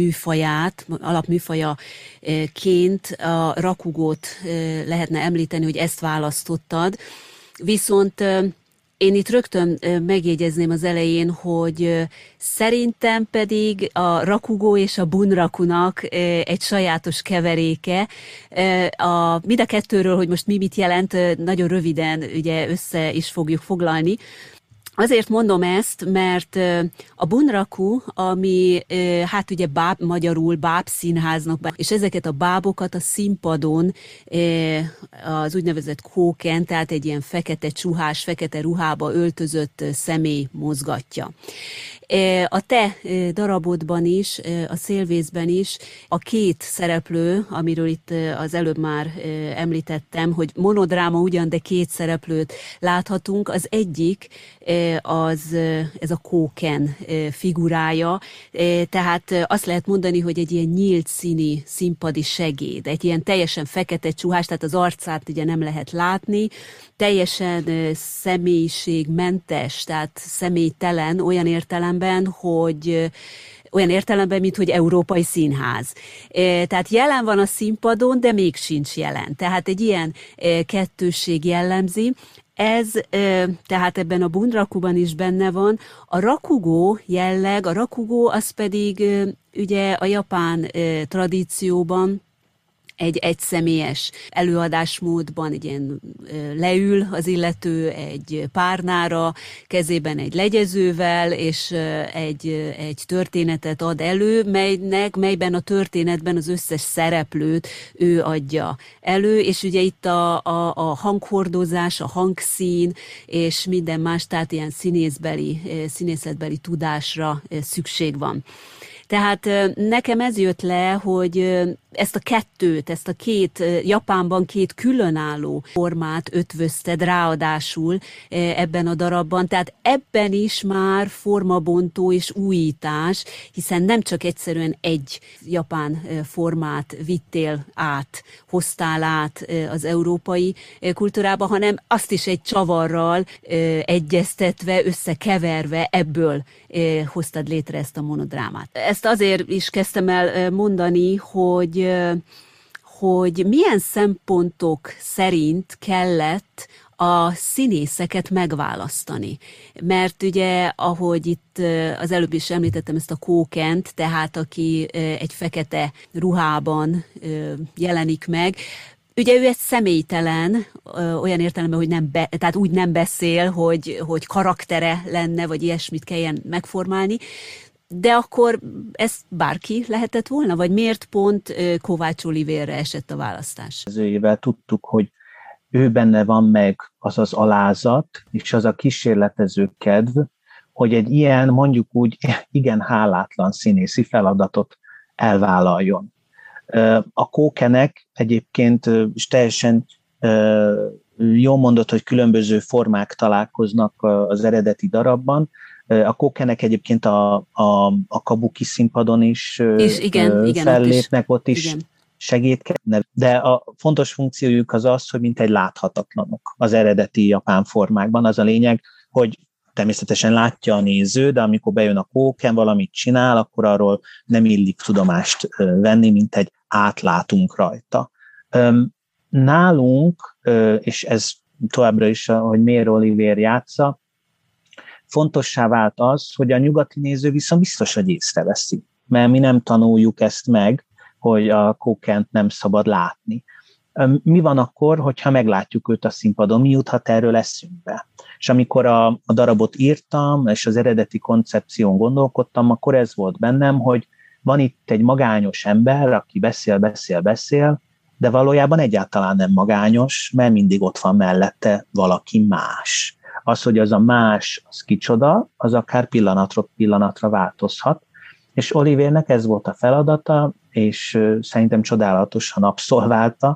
alapműfajaként a rakugót lehetne említeni, hogy ezt választottad. Viszont Én itt rögtön megjegyezném az elején, hogy szerintem pedig a Rakugo és a Bunrakunak egy sajátos keveréke. Mind a kettőről, hogy most mi mit jelent, nagyon röviden ugye össze is fogjuk foglalni. Azért mondom ezt, mert a Bunraku, ami hát ugye magyarul bábszínháznak, és ezeket a bábokat a színpadon az úgynevezett kóken, tehát egy ilyen fekete csuhás, fekete ruhába öltözött személy mozgatja. A te darabodban is, a Szélvészben is a két szereplő, amiről itt az előbb már említettem, hogy monodráma ugyan, de két szereplőt láthatunk. Az egyik ez a kóken figurája, tehát azt lehet mondani, hogy egy ilyen nyílt színi színpadi segéd, egy ilyen teljesen fekete csuhás, tehát az arcát ugye nem lehet látni, teljesen személyiségmentes, tehát személytelen olyan értelemben, mint hogy európai színház. Tehát jelen van a színpadon, de még sincs jelen. Tehát egy ilyen kettősség jellemzi. Ez tehát ebben a Bunrakuban is benne van. A Rakugo jelleg, a Rakugo az pedig ugye a japán tradícióban egy egyszemélyes előadásmódban egy ilyen leül az illető egy párnára, kezében egy legyezővel, és egy történetet ad elő, melyben a történetben az összes szereplőt ő adja elő, és ugye itt a hanghordozás, a hangszín, és minden más, tehát ilyen színészetbeli tudásra szükség van. Tehát nekem ez jött le, hogy ezt a két Japánban két különálló formát ötvözted ráadásul ebben a darabban, tehát ebben is már formabontó és újítás, hiszen nem csak egyszerűen egy japán formát hoztál át az európai kultúrába, hanem azt is egy csavarral egyeztetve, összekeverve ebből hoztad létre ezt a monodrámát. Ezt azért is kezdtem el mondani, hogy milyen szempontok szerint kellett a színészeket megválasztani. Mert ugye, ahogy itt az előbb is említettem ezt a kókent, tehát aki egy fekete ruhában jelenik meg, ugye ő egy személytelen, olyan értelemben, hogy tehát úgy nem beszél, hogy karaktere lenne, vagy ilyesmit kelljen megformálni, de akkor ez bárki lehetett volna? Vagy miért pont Kovács Olivérre esett a választás? Az évvel tudtuk, hogy ő benne van meg az az alázat, és az a kísérletező kedv, hogy egy ilyen, mondjuk úgy, igen hálátlan színészi feladatot elvállaljon. A kókenek egyébként is teljesen jól mondott, hogy különböző formák találkoznak az eredeti darabban. A kókenek egyébként a kabuki színpadon is fellépnek, ott is segítkeznek, de a fontos funkciójuk az, hogy mint egy láthatatlanok az eredeti japán formákban. Az a lényeg, hogy természetesen látja a néző, de amikor bejön a kóken, valamit csinál, akkor arról nem illik tudomást venni, mint egy átlátunk rajta. Nálunk, és ez továbbra is, hogy miért Olivér játsza, fontossá vált az, hogy a nyugati néző viszont biztos, hogy észreveszi, mert mi nem tanuljuk ezt meg, hogy a kókent nem szabad látni. Mi van akkor, hogyha meglátjuk őt a színpadon, mi juthat erről eszünkbe? És amikor a darabot írtam, és az eredeti koncepción gondolkodtam, akkor ez volt bennem, hogy van itt egy magányos ember, aki beszél, de valójában egyáltalán nem magányos, mert mindig ott van mellette valaki más. Az, hogy az a más, az kicsoda, az akár pillanatról pillanatra változhat. És Olivérnek ez volt a feladata, és szerintem csodálatosan abszolválta,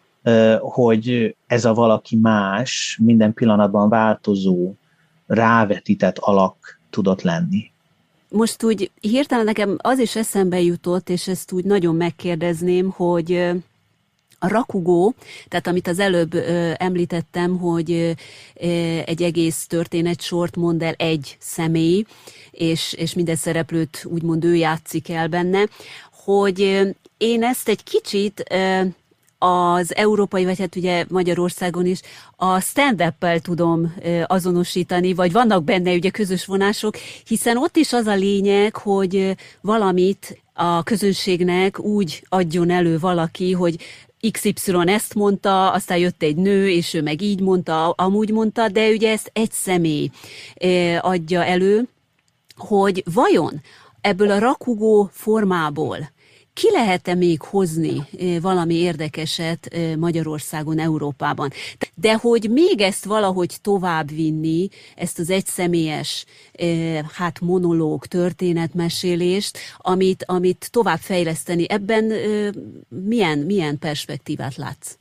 hogy ez a valaki más, minden pillanatban változó, rávetített alak tudott lenni. Most úgy hirtelen nekem az is eszembe jutott, és ezt úgy nagyon megkérdezném, hogy a Rakugo, tehát amit az előbb említettem, hogy egy egész történetsort mond el egy személy, és minden szereplőt úgymond ő játszik el benne, hogy én ezt egy kicsit az európai, vagy hát ugye Magyarországon is a stand-up-el tudom azonosítani, vagy vannak benne ugye közös vonások, hiszen ott is az a lényeg, hogy valamit a közönségnek úgy adjon elő valaki, hogy XY ezt mondta, aztán jött egy nő, és ő meg így mondta, amúgy mondta, de ugye ezt egy személy adja elő, hogy vajon ebből a rakugó formából ki lehet-e még hozni valami érdekeset Magyarországon, Európában? De hogy még ezt valahogy továbbvinni, ezt az egyszemélyes monológ, történetmesélést, amit tovább fejleszteni, ebben milyen perspektívát látsz?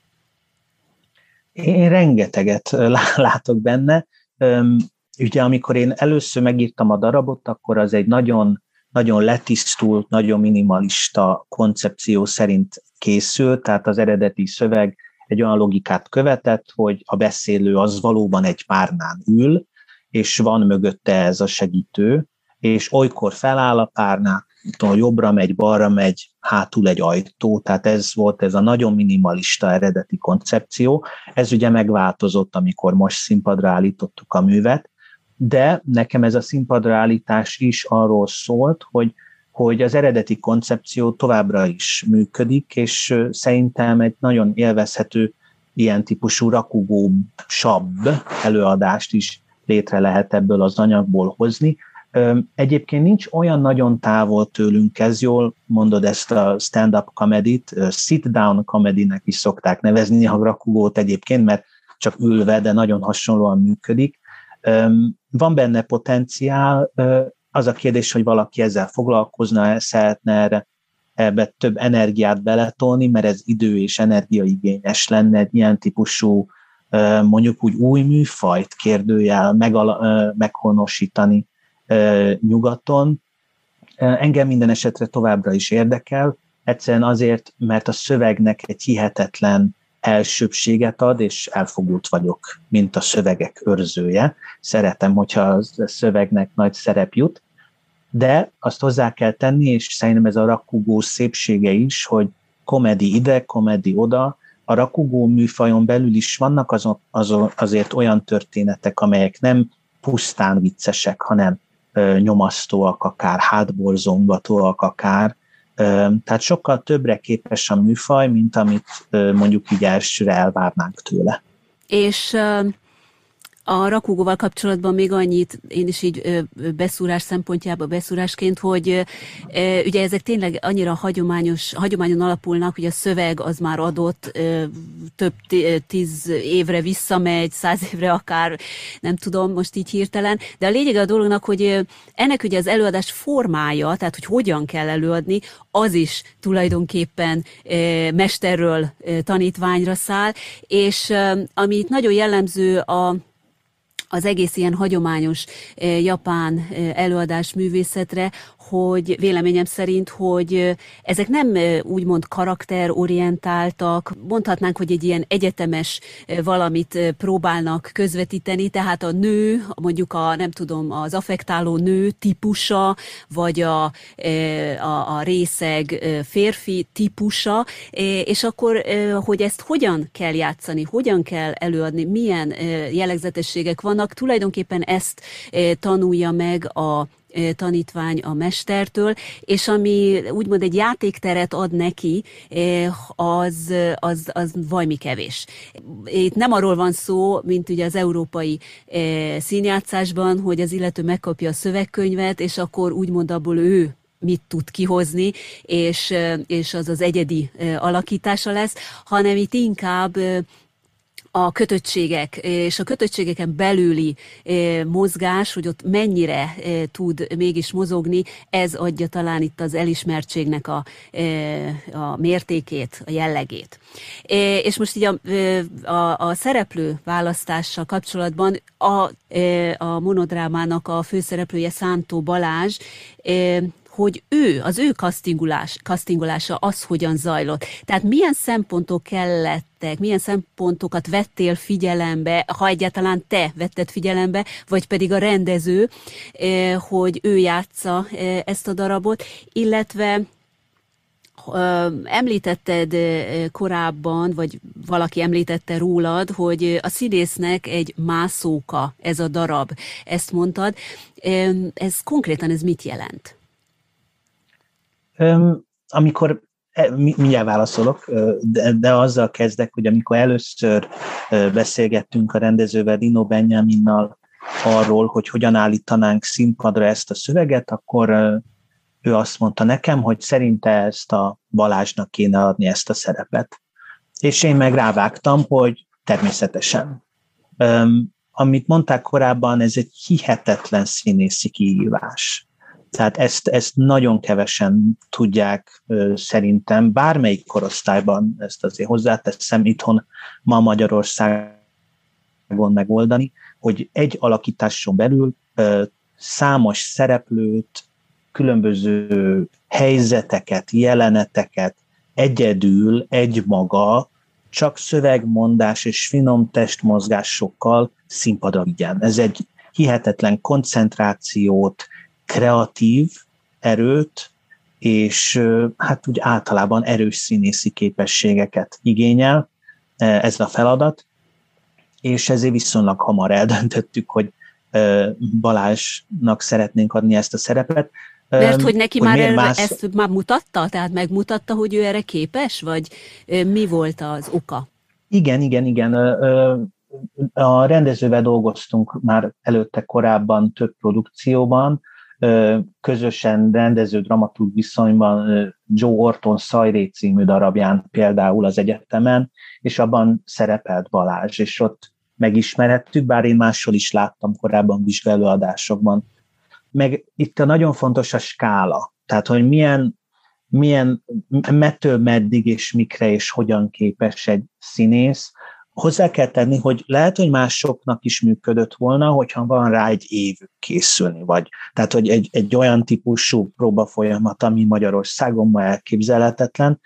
Én rengeteget látok benne. Ugye amikor én először megírtam a darabot, akkor az egy nagyon letisztult, nagyon minimalista koncepció szerint készült, tehát az eredeti szöveg egy olyan logikát követett, hogy a beszélő az valóban egy párnán ül, és van mögötte ez a segítő, és olykor feláll a párnától, jobbra megy, balra megy, hátul egy ajtó, tehát ez volt ez a nagyon minimalista eredeti koncepció. Ez ugye megváltozott, amikor most színpadra állítottuk a művet, de nekem ez a színpadra állítás is arról szólt, hogy az eredeti koncepció továbbra is működik, és szerintem egy nagyon élvezhető ilyen típusú rakugósabb előadást is létre lehet ebből az anyagból hozni. Egyébként nincs olyan nagyon távol tőlünk ez, jól mondod ezt a stand-up comedy-t, sit-down comedy-nek is szokták nevezni a rakugót egyébként, mert csak ülve, de nagyon hasonlóan működik. Van benne potenciál, az a kérdés, hogy valaki ezzel foglalkozna, szeretne ebbe több energiát beletolni, mert ez idő és energiaigényes lenne egy ilyen típusú, mondjuk úgy új műfajt kérdőjel meghonosítani nyugaton. Engem minden esetre továbbra is érdekel, egyszerűen azért, mert a szövegnek egy hihetetlen elsőbséget ad, és elfogult vagyok, mint a szövegek őrzője. Szeretem, hogyha a szövegnek nagy szerep jut, de azt hozzá kell tenni, és szerintem ez a rakugó szépsége is, hogy komedi ide, komedi oda. A rakugó műfajon belül is vannak azért olyan történetek, amelyek nem pusztán viccesek, hanem nyomasztóak akár, hátborzongatóak akár. Tehát sokkal többre képes a műfaj, mint amit mondjuk így elsőre elvárnánk tőle. És a rakugóval kapcsolatban még annyit, én is így beszúrás szempontjából, beszúrásként, hogy ugye ezek tényleg annyira hagyományon alapulnak, hogy a szöveg az már adott, több 10 évre visszamegy, 100 évre akár, nem tudom most így hirtelen, de a lényeg a dolognak, hogy ennek ugye az előadás formája, tehát hogy hogyan kell előadni, az is tulajdonképpen mesterről tanítványra száll, és ami itt nagyon jellemző az egész ilyen hagyományos japán előadás művészetre, hogy véleményem szerint, hogy ezek nem úgymond karakterorientáltak, mondhatnánk, hogy egy ilyen egyetemes valamit próbálnak közvetíteni, tehát a nő, mondjuk az affektáló nő típusa, vagy a részeg férfi típusa, és akkor, hogy ezt hogyan kell játszani, hogyan kell előadni, milyen jellegzetességek vannak, tulajdonképpen ezt tanulja meg a tanítvány a mestertől, és ami úgymond egy játékteret ad neki, az vajmi kevés. Itt nem arról van szó, mint ugye az európai színjátszásban, hogy az illető megkapja a szövegkönyvet, és akkor úgymond abból ő mit tud kihozni, és az egyedi alakítása lesz, hanem itt inkább a kötöttségek és a kötöttségeken belüli mozgás, hogy ott mennyire tud mégis mozogni, ez adja talán itt az elismertségnek a mértékét, a jellegét. És most így a szereplő választással kapcsolatban a monodrámának a főszereplője Szántó Balázs, hogy az ő kasztingolása az hogyan zajlott. Tehát milyen szempontok kellettek, milyen szempontokat vettél figyelembe, ha egyáltalán te vetted figyelembe, vagy pedig a rendező, hogy ő játsza ezt a darabot, illetve Említetted korábban, vagy valaki említette rólad, hogy a színésznek egy mászóka ez a darab. Ezt mondtad. Ez konkrétan mit jelent? Amikor mindjárt válaszolok, de azzal kezdek, hogy amikor először beszélgettünk a rendezővel, Dino Benjaminnal arról, hogy hogyan állítanánk színpadra ezt a szöveget, akkor ő azt mondta nekem, hogy szerinte ezt a Balázsnak kéne adni ezt a szerepet. És én meg rávágtam, hogy természetesen. Amit mondták korábban, ez egy hihetetlen színészi kihívás. Tehát ezt nagyon kevesen tudják szerintem, bármelyik korosztályban, ezt azért hozzáteszem, itthon ma Magyarországon megoldani, hogy egy alakításon belül számos szereplőt, különböző helyzeteket, jeleneteket egyedül, egymaga, csak szövegmondás és finom testmozgásokkal színpadra vigyen. Ez egy hihetetlen koncentrációt, kreatív erőt, és hát úgy általában erős színészi képességeket igényel ez a feladat, és ezért viszonylag hamar eldöntöttük, hogy Balázsnak szeretnénk adni ezt a szerepet. Mert hogy neki hogy már ezt már mutatta? Tehát megmutatta, hogy ő erre képes? Vagy mi volt az oka? Igen. A rendezővel dolgoztunk már előtte korábban több produkcióban, közösen rendező-dramaturg viszonyban Joe Orton Szajré című darabján például az egyetemen, és abban szerepelt Balázs, és ott megismerhettük, bár én máshol is láttam korábban vizsgálóadásokban. Meg itt a nagyon fontos a skála, tehát hogy milyen mettől meddig és mikre és hogyan képes egy színész. Hozzá kell tenni, hogy lehet, hogy másoknak is működött volna, hogyha van rá egy évük készülni, vagy tehát, hogy egy olyan típusú próbafolyamat, ami Magyarországon ma elképzelhetetlen.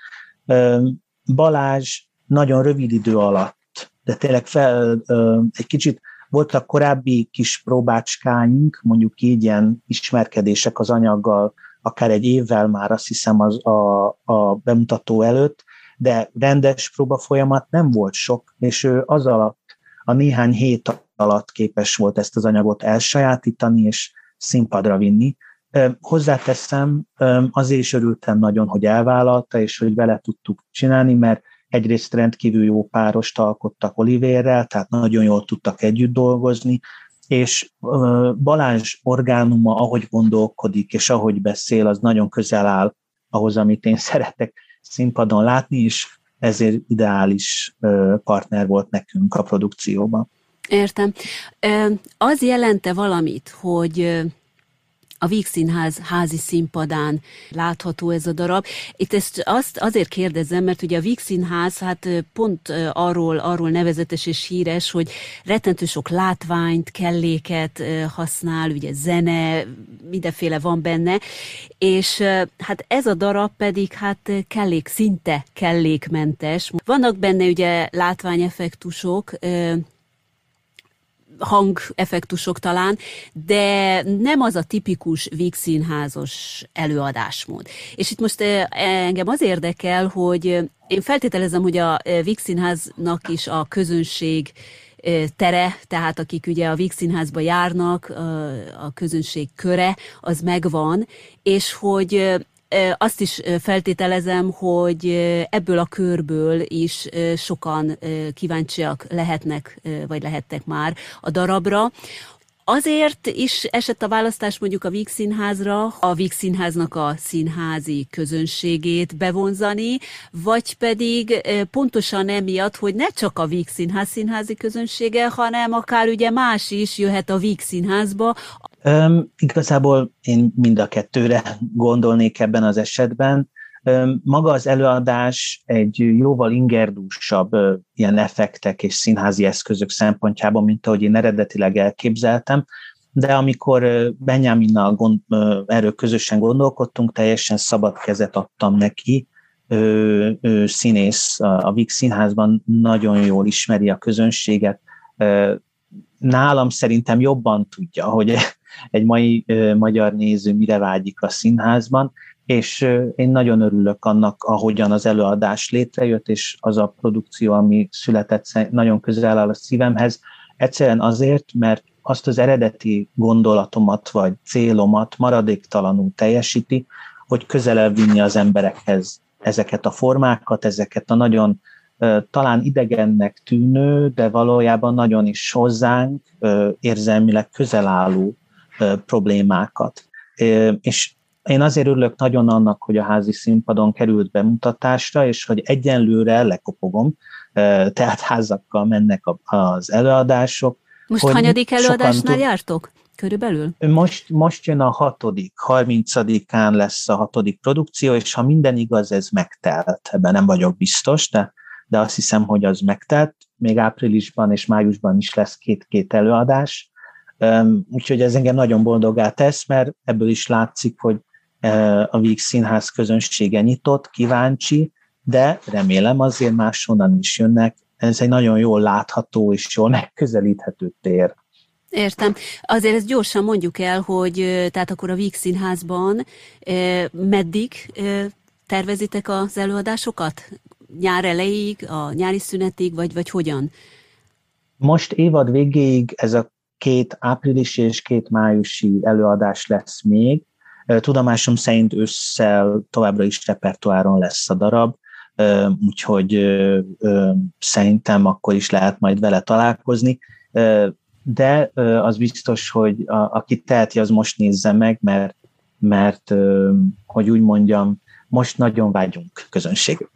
Balázs nagyon rövid idő alatt, de tényleg egy kicsit voltak korábbi kis próbácskáink, mondjuk így ilyen ismerkedések az anyaggal, akár egy évvel már azt hiszem a bemutató előtt, de rendes próbafolyamat nem volt sok, és ő az alatt, a néhány hét alatt képes volt ezt az anyagot elsajátítani és színpadra vinni. Hozzáteszem, azért is örültem nagyon, hogy elvállalta, és hogy vele tudtuk csinálni, mert egyrészt rendkívül jó párost alkottak Olivérrel, tehát nagyon jól tudtak együtt dolgozni, és Balázs orgánuma, ahogy gondolkodik, és ahogy beszél, az nagyon közel áll ahhoz, amit én szeretek színpadon látni, és ezért ideális partner volt nekünk a produkcióban. Értem. Az jelente valamit, hogy a Víg Színház házi színpadán látható ez a darab. Itt ezt azért kérdezem, mert ugye a Víg Színház hát pont arról nevezetes és híres, hogy rettentő sok látványt, kelléket használ, ugye zene, mindenféle van benne, és hát ez a darab pedig hát szinte kellékmentes. Vannak benne ugye látványeffektusok, hangeffektusok talán, de nem az a tipikus Víg Színházos előadásmód. És itt most engem az érdekel, hogy én feltételezem, hogy a Víg Színháznak is a közönség tere, tehát akik ugye a Víg Színházba járnak, a közönség köre, az megvan, és hogy azt is feltételezem, hogy ebből a körből is sokan kíváncsiak lehetnek, vagy lehettek már a darabra. Azért is esett a választás mondjuk a Víg Színházra, a Víg Színháznak a színházi közönségét bevonzani, vagy pedig pontosan emiatt, hogy ne csak a Víg Színház színházi közönsége, hanem akár ugye más is jöhet a Víg Színházba. Igazából én mind a kettőre gondolnék ebben az esetben. Maga az előadás egy jóval ingerdúsabb ilyen effektek és színházi eszközök szempontjában, mint ahogy én eredetileg elképzeltem, de amikor Benjaminnal erről közösen gondolkodtunk, teljesen szabad kezet adtam neki. Ő színész a Víg Színházban, nagyon jól ismeri a közönséget. Nálam szerintem jobban tudja, hogy egy mai magyar néző mire vágyik a színházban, és én nagyon örülök annak, ahogyan az előadás létrejött, és az a produkció, ami született, nagyon közel áll a szívemhez. Egyszerűen azért, mert azt az eredeti gondolatomat vagy célomat maradéktalanul teljesíti, hogy közelebb vinni az emberekhez ezeket a formákat, ezeket a nagyon talán idegennek tűnő, de valójában nagyon is hozzánk érzelmileg közel álló problémákat. És én azért örülök nagyon annak, hogy a házi színpadon került bemutatásra, és hogy egyenlőre lekopogom, tehát házakkal mennek az előadások. Most hanyadik előadásnál jártok? Körülbelül? Most jön a 30-án lesz a 6. produkció, és ha minden igaz, ez megtelt. Ebben nem vagyok biztos, de azt hiszem, hogy az megtelt. Még áprilisban és májusban is lesz két előadás. Úgyhogy ez engem nagyon boldoggá tesz, mert ebből is látszik, hogy a Víg Színház közönsége nyitott, kíváncsi, de remélem azért máshonnan is jönnek. Ez egy nagyon jól látható és jól megközelíthető tér. Értem. Azért ezt gyorsan mondjuk el, hogy tehát akkor a Víg Színházban meddig tervezitek az előadásokat? Nyár elejéig, a nyári szünetig, vagy hogyan? Most évad végéig ez a 2 áprilisi és 2 májusi előadás lesz még. Tudomásom szerint ősszel továbbra is repertoáron lesz a darab, úgyhogy szerintem akkor is lehet majd vele találkozni. De az biztos, hogy aki teheti, az most nézze meg, mert hogy úgy mondjam, most nagyon vágyunk közönségre.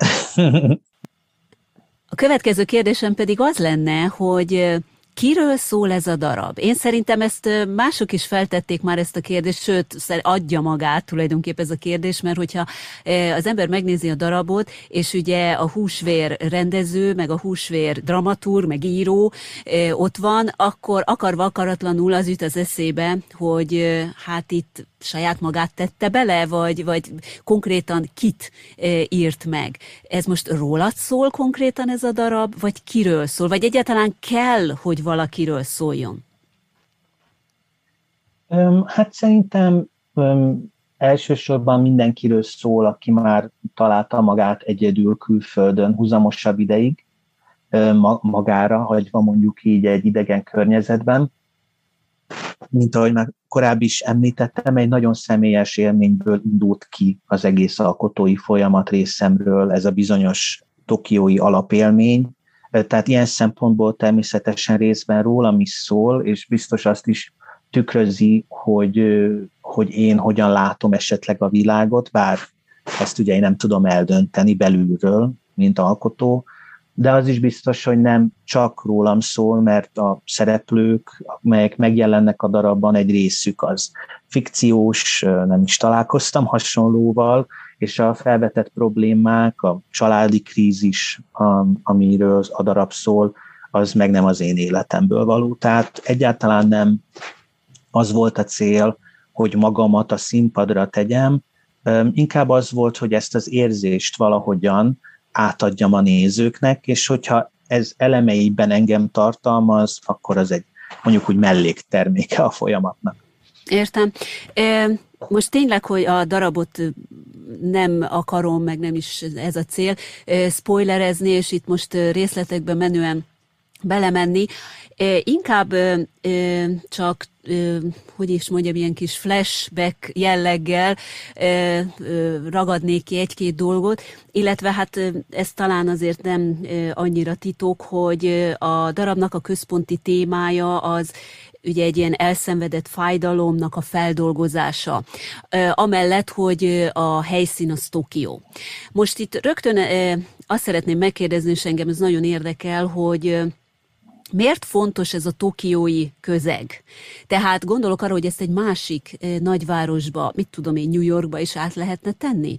A következő kérdésem pedig az lenne, hogy kiről szól ez a darab? Én szerintem ezt mások is feltették már ezt a kérdést, sőt, adja magát tulajdonképpen ez a kérdés, mert hogyha az ember megnézi a darabot, és ugye a Húsvér rendező, meg a Húsvér dramaturg, meg író ott van, akkor akarva akaratlanul az jut az eszébe, hogy hát itt saját magát tette bele, vagy konkrétan kit írt meg. Ez most rólad szól konkrétan ez a darab, vagy kiről szól? Vagy egyáltalán kell, hogy valakiről szóljon? Hát szerintem elsősorban mindenkiről szól, aki már találta magát egyedül külföldön húzamosabb ideig, magára hagyva mondjuk így egy idegen környezetben. Mint ahogy már korábbi is említettem, egy nagyon személyes élményből indult ki az egész alkotói folyamat részemről, ez a bizonyos tokiói alapélmény. Tehát ilyen szempontból természetesen részben rólam is szól, és biztos azt is tükrözi, hogy én hogyan látom esetleg a világot, bár ezt ugye én nem tudom eldönteni belülről, mint alkotó, de az is biztos, hogy nem csak rólam szól, mert a szereplők, melyek megjelennek a darabban, egy részük az fikciós, nem is találkoztam hasonlóval, és a felvetett problémák, a családi krízis, amiről a darab szól, az meg nem az én életemből való. Tehát egyáltalán nem az volt a cél, hogy magamat a színpadra tegyem, inkább az volt, hogy ezt az érzést valahogyan átadjam a nézőknek, és hogyha ez elemeiben engem tartalmaz, akkor az egy mondjuk úgy mellékterméke a folyamatnak. Értem. Most tényleg, hogy a darabot nem akarom, meg nem is ez a cél, spoilerezni, és itt most részletekbe menően belemenni. Inkább csak, hogy is mondjam, ilyen kis flashback jelleggel ragadnék ki egy-két dolgot, illetve hát ez talán azért nem annyira titok, hogy a darabnak a központi témája az ugye egy ilyen elszenvedett fájdalomnak a feldolgozása, amellett, hogy a helyszín az Tokió. Most itt rögtön azt szeretném megkérdezni, és engem ez nagyon érdekel, hogy miért fontos ez a tokiói közeg? Tehát gondolok arra, hogy ezt egy másik nagyvárosba, mit tudom én, New Yorkba is át lehetne tenni?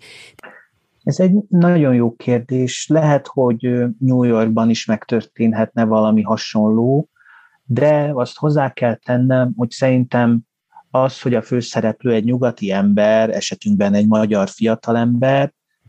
Ez egy nagyon jó kérdés. Lehet, hogy New Yorkban is megtörténhetne valami hasonló, de azt hozzá kell tennem, hogy szerintem az, hogy a főszereplő egy nyugati ember, esetünkben egy magyar fiatalember,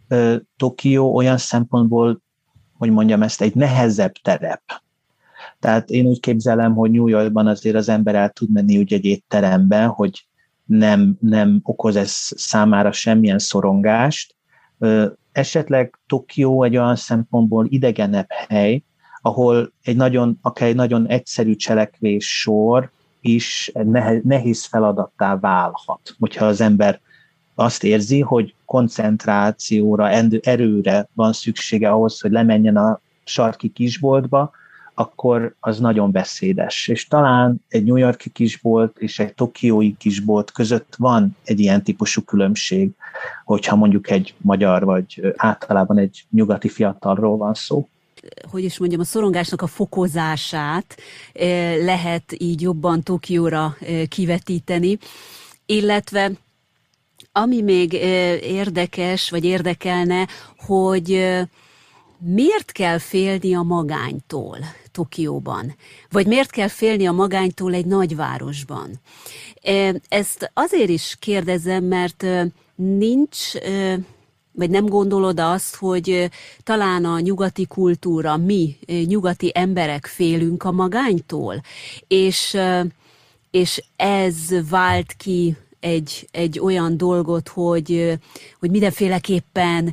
Tokió olyan szempontból, hogy mondjam ezt, egy nehezebb terep. Tehát én úgy képzelem, hogy New Yorkban azért az ember el tud menni úgy egy étteremben, hogy nem okoz ez számára semmilyen szorongást. Esetleg Tokió egy olyan szempontból idegenebb hely, ahol akár egy nagyon egyszerű cselekvés sor is nehéz feladattá válhat, hogyha az ember azt érzi, hogy koncentrációra, erőre van szüksége ahhoz, hogy lemenjen a sarki kisboltba, akkor az nagyon beszédes. És talán egy New York-i kisbolt és egy tokiói kisbolt között van egy ilyen típusú különbség, hogyha mondjuk egy magyar vagy általában egy nyugati fiatalról van szó. Hogy is mondjam, a szorongásnak a fokozását lehet így jobban Tokióra kivetíteni, illetve ami még érdekes, vagy érdekelne, hogy miért kell félni a magánytól Tokióban? Vagy miért kell félni a magánytól egy nagyvárosban? Ezt azért is kérdezem, mert nincs, vagy nem gondolod azt, hogy talán a nyugati kultúra, mi nyugati emberek félünk a magánytól, és ez vált ki egy olyan dolgot, hogy mindenféleképpen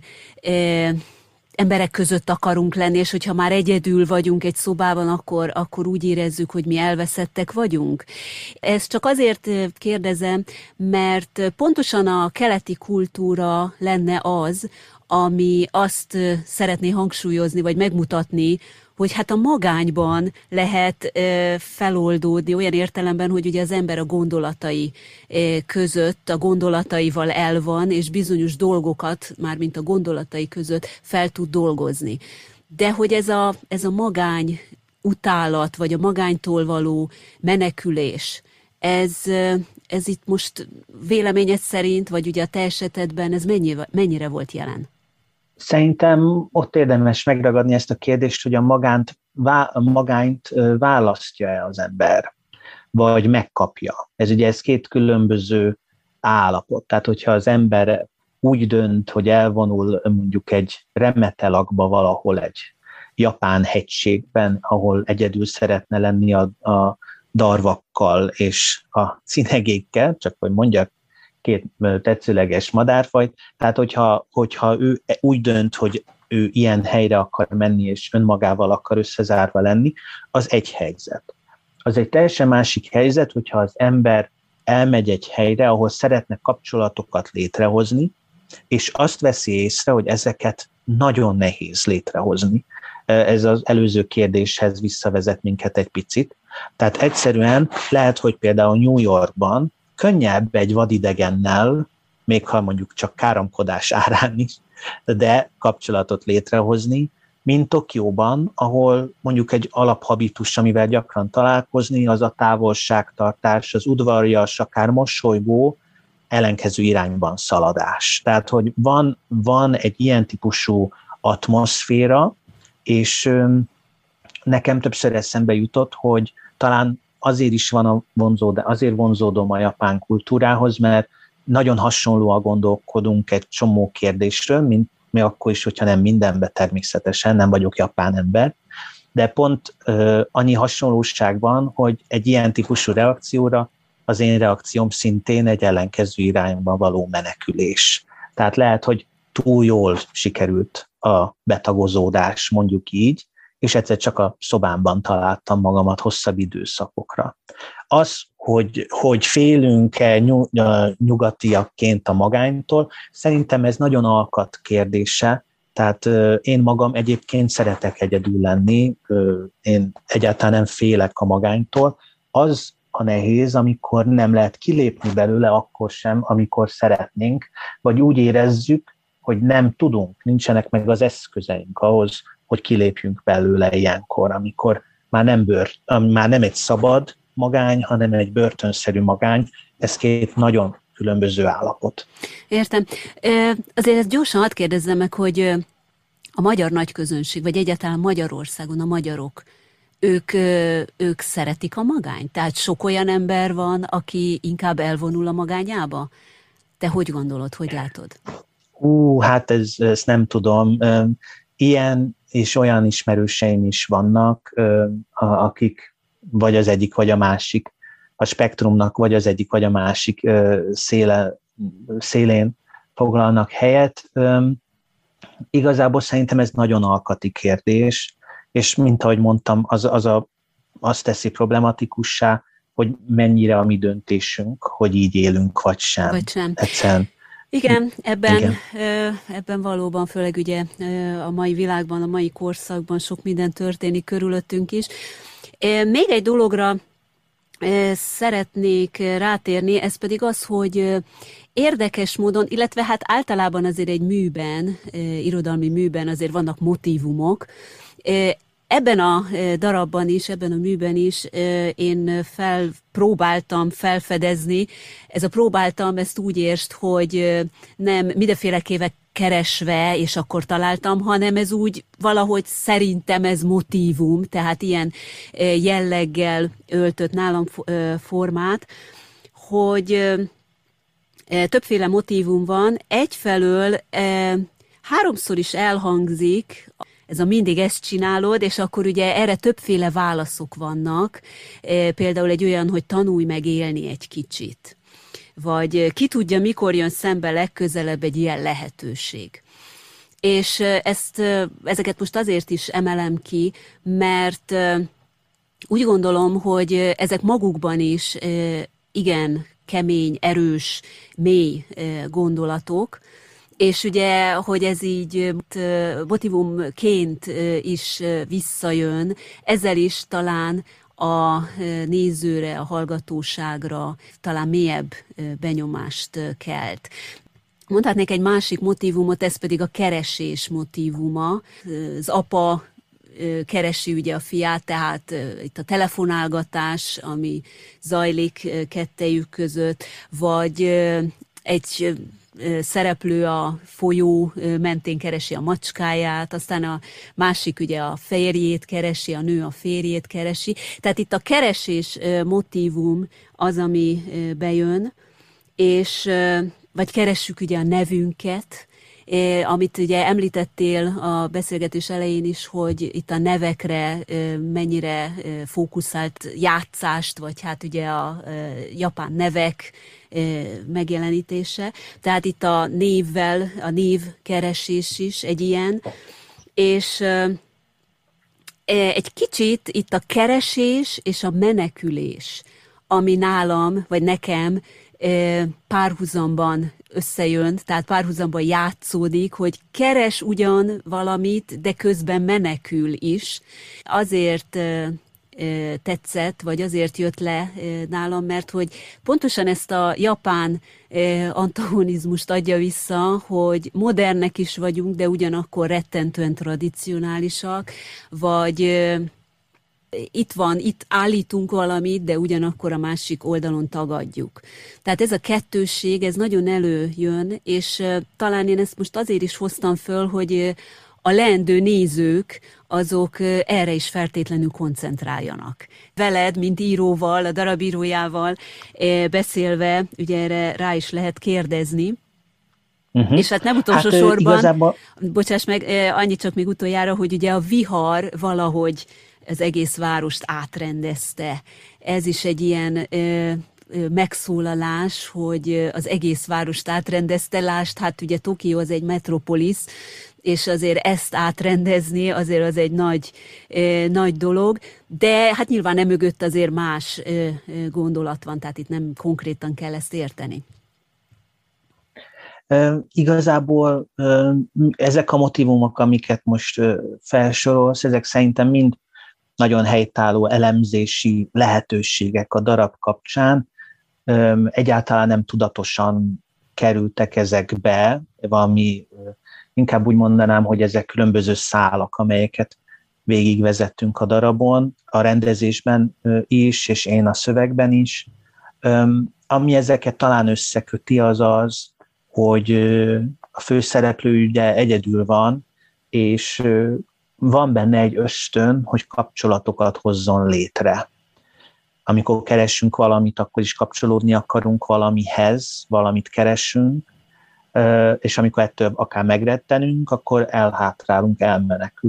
emberek között akarunk lenni, és hogyha már egyedül vagyunk egy szobában, akkor úgy érezzük, hogy mi elveszettek vagyunk. Ezt csak azért kérdezem, mert pontosan a keleti kultúra lenne az, ami azt szeretné hangsúlyozni, vagy megmutatni, hogy hát a magányban lehet feloldódni olyan értelemben, hogy ugye az ember a gondolatai között, a gondolataival el van, és bizonyos dolgokat, mármint a gondolatai között fel tud dolgozni. De hogy ez a magány utálat, vagy a magánytól való menekülés, ez itt most véleményed szerint, vagy ugye a te esetedben, ez mennyire volt jelen? Szerintem ott érdemes megragadni ezt a kérdést, hogy a magányt választja-e az ember, vagy megkapja. Ez két különböző állapot. Tehát, hogyha az ember úgy dönt, hogy elvonul mondjuk egy remetelakba valahol egy japán hegységben, ahol egyedül szeretne lenni a darvakkal és a cinegékkel, csak hogy mondjak két tetszőleges madárfajt, tehát hogyha ő úgy dönt, hogy ő ilyen helyre akar menni, és önmagával akar összezárva lenni, az egy helyzet. Az egy teljesen másik helyzet, hogyha az ember elmegy egy helyre, ahol szeretne kapcsolatokat létrehozni, és azt veszi észre, hogy ezeket nagyon nehéz létrehozni. Ez az előző kérdéshez visszavezet minket egy picit. Tehát egyszerűen lehet, hogy például New Yorkban könnyebb egy vadidegennel, még ha mondjuk csak káromkodás árán is, de kapcsolatot létrehozni, mint Tokióban, ahol mondjuk egy alaphabitus, amivel gyakran találkozni, az a távolságtartás, az udvarias, akár mosolygó, ellenkező irányban szaladás. Tehát, hogy van egy ilyen típusú atmoszféra, és nekem többször eszembe jutott, hogy talán azért is van azért vonzódom a japán kultúrához, mert nagyon hasonlóan gondolkodunk egy csomó kérdésről, mint mi akkor is, hogyha nem mindenbe természetesen, nem vagyok japán ember, de pont annyi hasonlóság van, hogy egy ilyen típusú reakcióra az én reakcióm szintén egy ellenkező irányba való menekülés. Tehát lehet, hogy túl jól sikerült a betagozódás, mondjuk így, és egyszer csak a szobámban találtam magamat hosszabb időszakokra. Az, hogy félünk-e nyugatiakként a magánytól, szerintem ez nagyon alkat kérdése, tehát én magam egyébként szeretek egyedül lenni, én egyáltalán nem félek a magánytól. Az a nehéz, amikor nem lehet kilépni belőle, akkor sem, amikor szeretnénk, vagy úgy érezzük, hogy nem tudunk, nincsenek meg az eszközeink ahhoz, hogy kilépjünk belőle ilyenkor, amikor már nem egy szabad magány, hanem egy börtönszerű magány. Ez két nagyon különböző állapot. Értem. Azért ezt gyorsan hadd kérdezzem meg, hogy a magyar nagyközönség, vagy egyáltalán Magyarországon a magyarok, ők szeretik a magányt? Tehát sok olyan ember van, aki inkább elvonul a magányába? Te hogy gondolod, hogy látod? Hát ezt nem tudom. Ilyen és olyan ismerőseim is vannak, akik vagy az egyik, vagy a másik. a spektrumnak vagy az egyik, vagy a másik szélén foglalnak helyet. Igazából szerintem ez nagyon alkati kérdés, és mint ahogy mondtam, azt teszi problematikussá, hogy mennyire a mi döntésünk, hogy így élünk, vagy sem. Vagy sem. Egyszerűen. Igen, ebben valóban, főleg ugye a mai világban, a mai korszakban sok minden történik körülöttünk is. Még egy dologra szeretnék rátérni, ez pedig az, hogy érdekes módon, illetve hát általában azért egy műben, irodalmi műben azért vannak motívumok. Ebben a darabban is, ebben a műben is én próbáltam felfedezni. Ez a próbáltam, ezt úgy értsd, hogy nem mindenféleképpen keresve, és akkor találtam, hanem ez úgy valahogy szerintem ez motívum, tehát ilyen jelleggel öltött nálam formát, hogy többféle motívum van. Egyfelől háromszor is elhangzik, ez a mindig ezt csinálod, és akkor ugye erre többféle válaszok vannak. Például egy olyan, hogy tanulj meg élni egy kicsit. Vagy ki tudja, mikor jön szembe legközelebb egy ilyen lehetőség. És ezeket most azért is emelem ki, mert úgy gondolom, hogy ezek magukban is igen kemény, erős, mély gondolatok, és ugye, hogy ez így motivumként is visszajön, ezzel is talán a nézőre, a hallgatóságra talán mélyebb benyomást kelt. Mondhatnék egy másik motívumot, ez pedig a keresés motívuma. Az apa keresi ugye a fiát, tehát itt a telefonálgatás, ami zajlik kettejük között, vagy egy szereplő a folyó mentén keresi a macskáját, aztán a másik ugye a férjét keresi, a nő a férjét keresi. Tehát itt a keresés motívum az, ami bejön, és vagy keressük ugye a nevünket, amit ugye említettél a beszélgetés elején is, hogy itt a nevekre mennyire fókuszált játszást, vagy hát ugye a japán nevek megjelenítése. Tehát itt a névvel, a névkeresés is egy ilyen, és egy kicsit itt a keresés és a menekülés, ami nálam, vagy nekem párhuzamban összejön, tehát párhuzamban játszódik, hogy keres ugyan valamit, de közben menekül is. Azért tetszett, vagy azért jött le nálam, mert hogy pontosan ezt a japán antagonizmust adja vissza, hogy modernek is vagyunk, de ugyanakkor rettentően tradicionálisak, vagy itt állítunk valamit, de ugyanakkor a másik oldalon tagadjuk. Tehát ez a kettősség, ez nagyon előjön, és talán én ezt most azért is hoztam föl, hogy a leendő nézők azok erre is feltétlenül koncentráljanak. Veled, mint íróval, a darabírójával beszélve, ugye erre rá is lehet kérdezni. És hát nem utolsó sorban, igazából... bocsáss meg, annyit csak még utoljára, hogy ugye a vihar valahogy az egész várost átrendezte. Ez is egy ilyen megszólalás, hogy az egész várost átrendezte. Lásd, hát ugye Tokió az egy metropolisz, és azért ezt átrendezni, azért az egy nagy dolog, de hát nyilván emögött azért más gondolat van, tehát itt nem konkrétan kell ezt érteni. Igazából ezek a motívumok, amiket most felsorolsz, ezek szerintem mind nagyon helytálló elemzési lehetőségek a darab kapcsán. Egyáltalán nem tudatosan kerültek ezek be, valami, inkább úgy mondanám, hogy ezek különböző szálak, amelyeket végigvezettünk a darabon, a rendezésben is, és én a szövegben is. Ami ezeket talán összeköti, az az, hogy a főszereplő ugye egyedül van, és van benne egy ösztön, hogy kapcsolatokat hozzon létre. Amikor keresünk valamit, akkor is kapcsolódni akarunk valamihez, valamit keresünk, és amikor ettől akár megrettenünk, akkor elhátrálunk,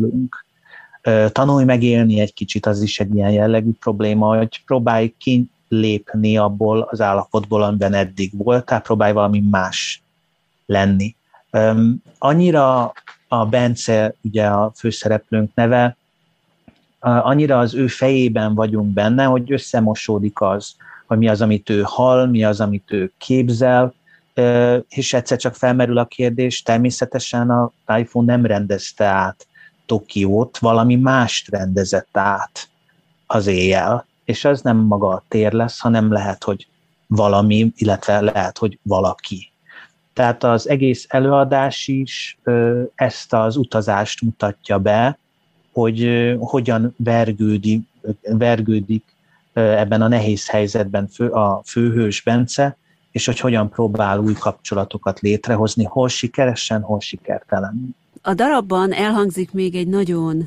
elmenekülünk. Tanulj megélni egy kicsit, az is egy ilyen jellegű probléma, hogy próbálj kilépni abból az állapotból, amiben eddig voltál, próbálj valami más lenni. Annyira a Bence, ugye a főszereplőnk neve, annyira az ő fejében vagyunk benne, hogy összemosódik az, hogy mi az, amit ő hall, mi az, amit ő képzel, és egyszer csak felmerül a kérdés, természetesen a Typhoon nem rendezte át Tokiót, valami mást rendezett át az éjjel, és az nem maga a tér lesz, hanem lehet, hogy valami, illetve lehet, hogy valaki. Tehát az egész előadás is ezt az utazást mutatja be, hogy hogyan vergődik ebben a nehéz helyzetben a főhős Bence, és hogy hogyan próbál új kapcsolatokat létrehozni, hol sikeresen, hol sikertelen. A darabban elhangzik még egy nagyon,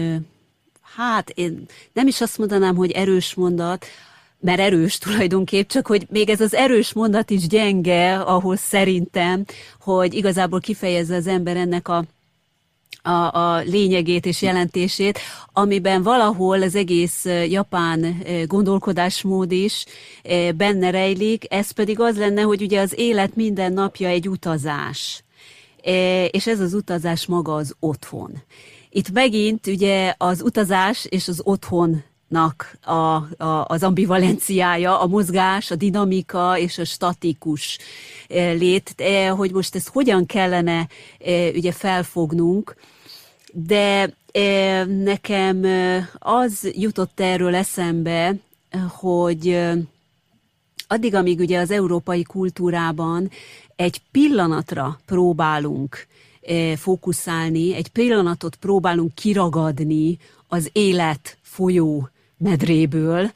én nem is azt mondanám, hogy erős mondat, mert erős tulajdonképp, csak hogy még ez az erős mondat is gyenge ahhoz szerintem, hogy igazából kifejezze az ember ennek a lényegét és jelentését, amiben valahol az egész japán gondolkodásmód is benne rejlik, ez pedig az lenne, hogy ugye az élet minden napja egy utazás, és ez az utazás maga az otthon. Itt megint ugye az utazás és az otthonnak az ambivalenciája, a mozgás, a dinamika és a statikus lét, hogy most ezt hogyan kellene ugye felfognunk, de nekem az jutott erről eszembe, hogy addig, amíg ugye az európai kultúrában egy pillanatra próbálunk fókuszálni, egy pillanatot próbálunk kiragadni az élet folyó medréből,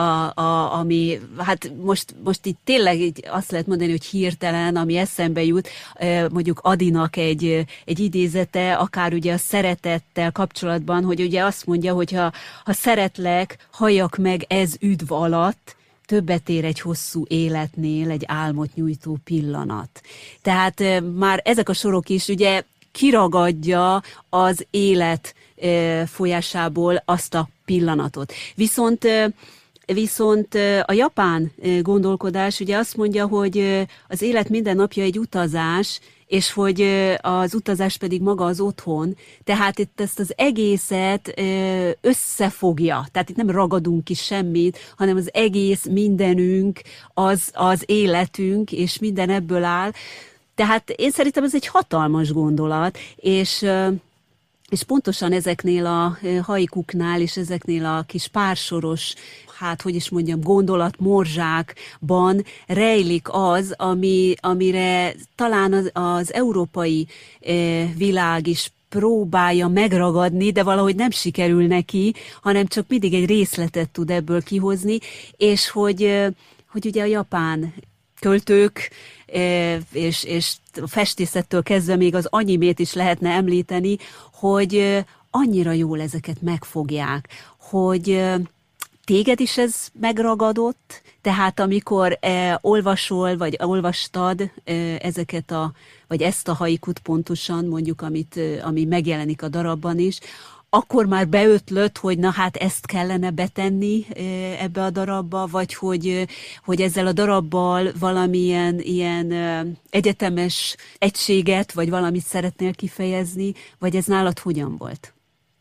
ami, hát most itt tényleg azt lehet mondani, hogy hirtelen, ami eszembe jut, mondjuk Adinak egy idézete, akár ugye a szeretettel kapcsolatban, hogy ugye azt mondja, hogy ha szeretlek, halljak meg ez üdv alatt, többet ér egy hosszú életnél egy álmot nyújtó pillanat. Tehát már ezek a sorok is ugye kiragadja az élet folyásából azt a pillanatot. Viszont a japán gondolkodás ugye azt mondja, hogy az élet minden napja egy utazás, és hogy az utazás pedig maga az otthon, tehát itt ezt az egészet összefogja, tehát itt nem ragadunk ki semmit, hanem az egész mindenünk, az életünk, és minden ebből áll. Tehát én szerintem ez egy hatalmas gondolat, és pontosan ezeknél a haikuknál, és ezeknél a kis pársoros, gondolatmorzsákban rejlik az, amire talán az európai világ is próbálja megragadni, de valahogy nem sikerül neki, hanem csak mindig egy részletet tud ebből kihozni, és hogy ugye a japán költők, és a festészettől kezdve még az animét is lehetne említeni, hogy annyira jól ezeket megfogják, hogy téged is ez megragadott, tehát amikor olvasol, vagy olvastad ezeket vagy ezt a haikut pontosan, mondjuk, ami megjelenik a darabban is, akkor már beötlött, hogy na hát ezt kellene betenni ebbe a darabba, vagy hogy ezzel a darabbal valamilyen ilyen egyetemes egységet, vagy valamit szeretnél kifejezni, vagy ez nálad hogyan volt?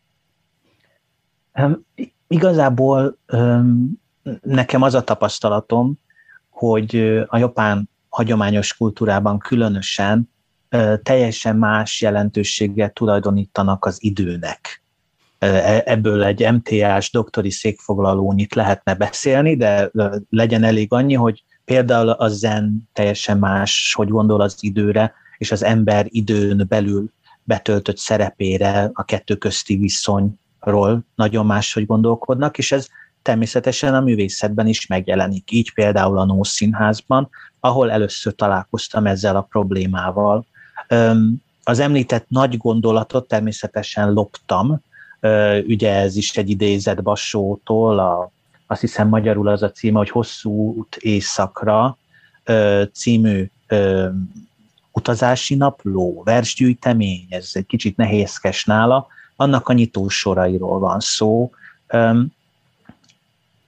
Igazából nekem az a tapasztalatom, hogy a japán hagyományos kultúrában különösen teljesen más jelentőséget tulajdonítanak az időnek. Ebből egy MTA-s doktori székfoglalónyit lehetne beszélni, de legyen elég annyi, hogy például a zen teljesen más, hogy gondol az időre, és az ember időn belül betöltött szerepére, a kettő közti viszonyról nagyon máshogy gondolkodnak, és ez természetesen a művészetben is megjelenik. Így például a Nószínházban, ahol először találkoztam ezzel a problémával. Az említett nagy gondolatot természetesen loptam, ugye ez is egy idézet Bassótól, azt hiszem magyarul az a címe, hogy Hosszú út éjszakra című utazási napló, versgyűjtemény, ez egy kicsit nehézkes nála, annak a nyitósorairól van szó.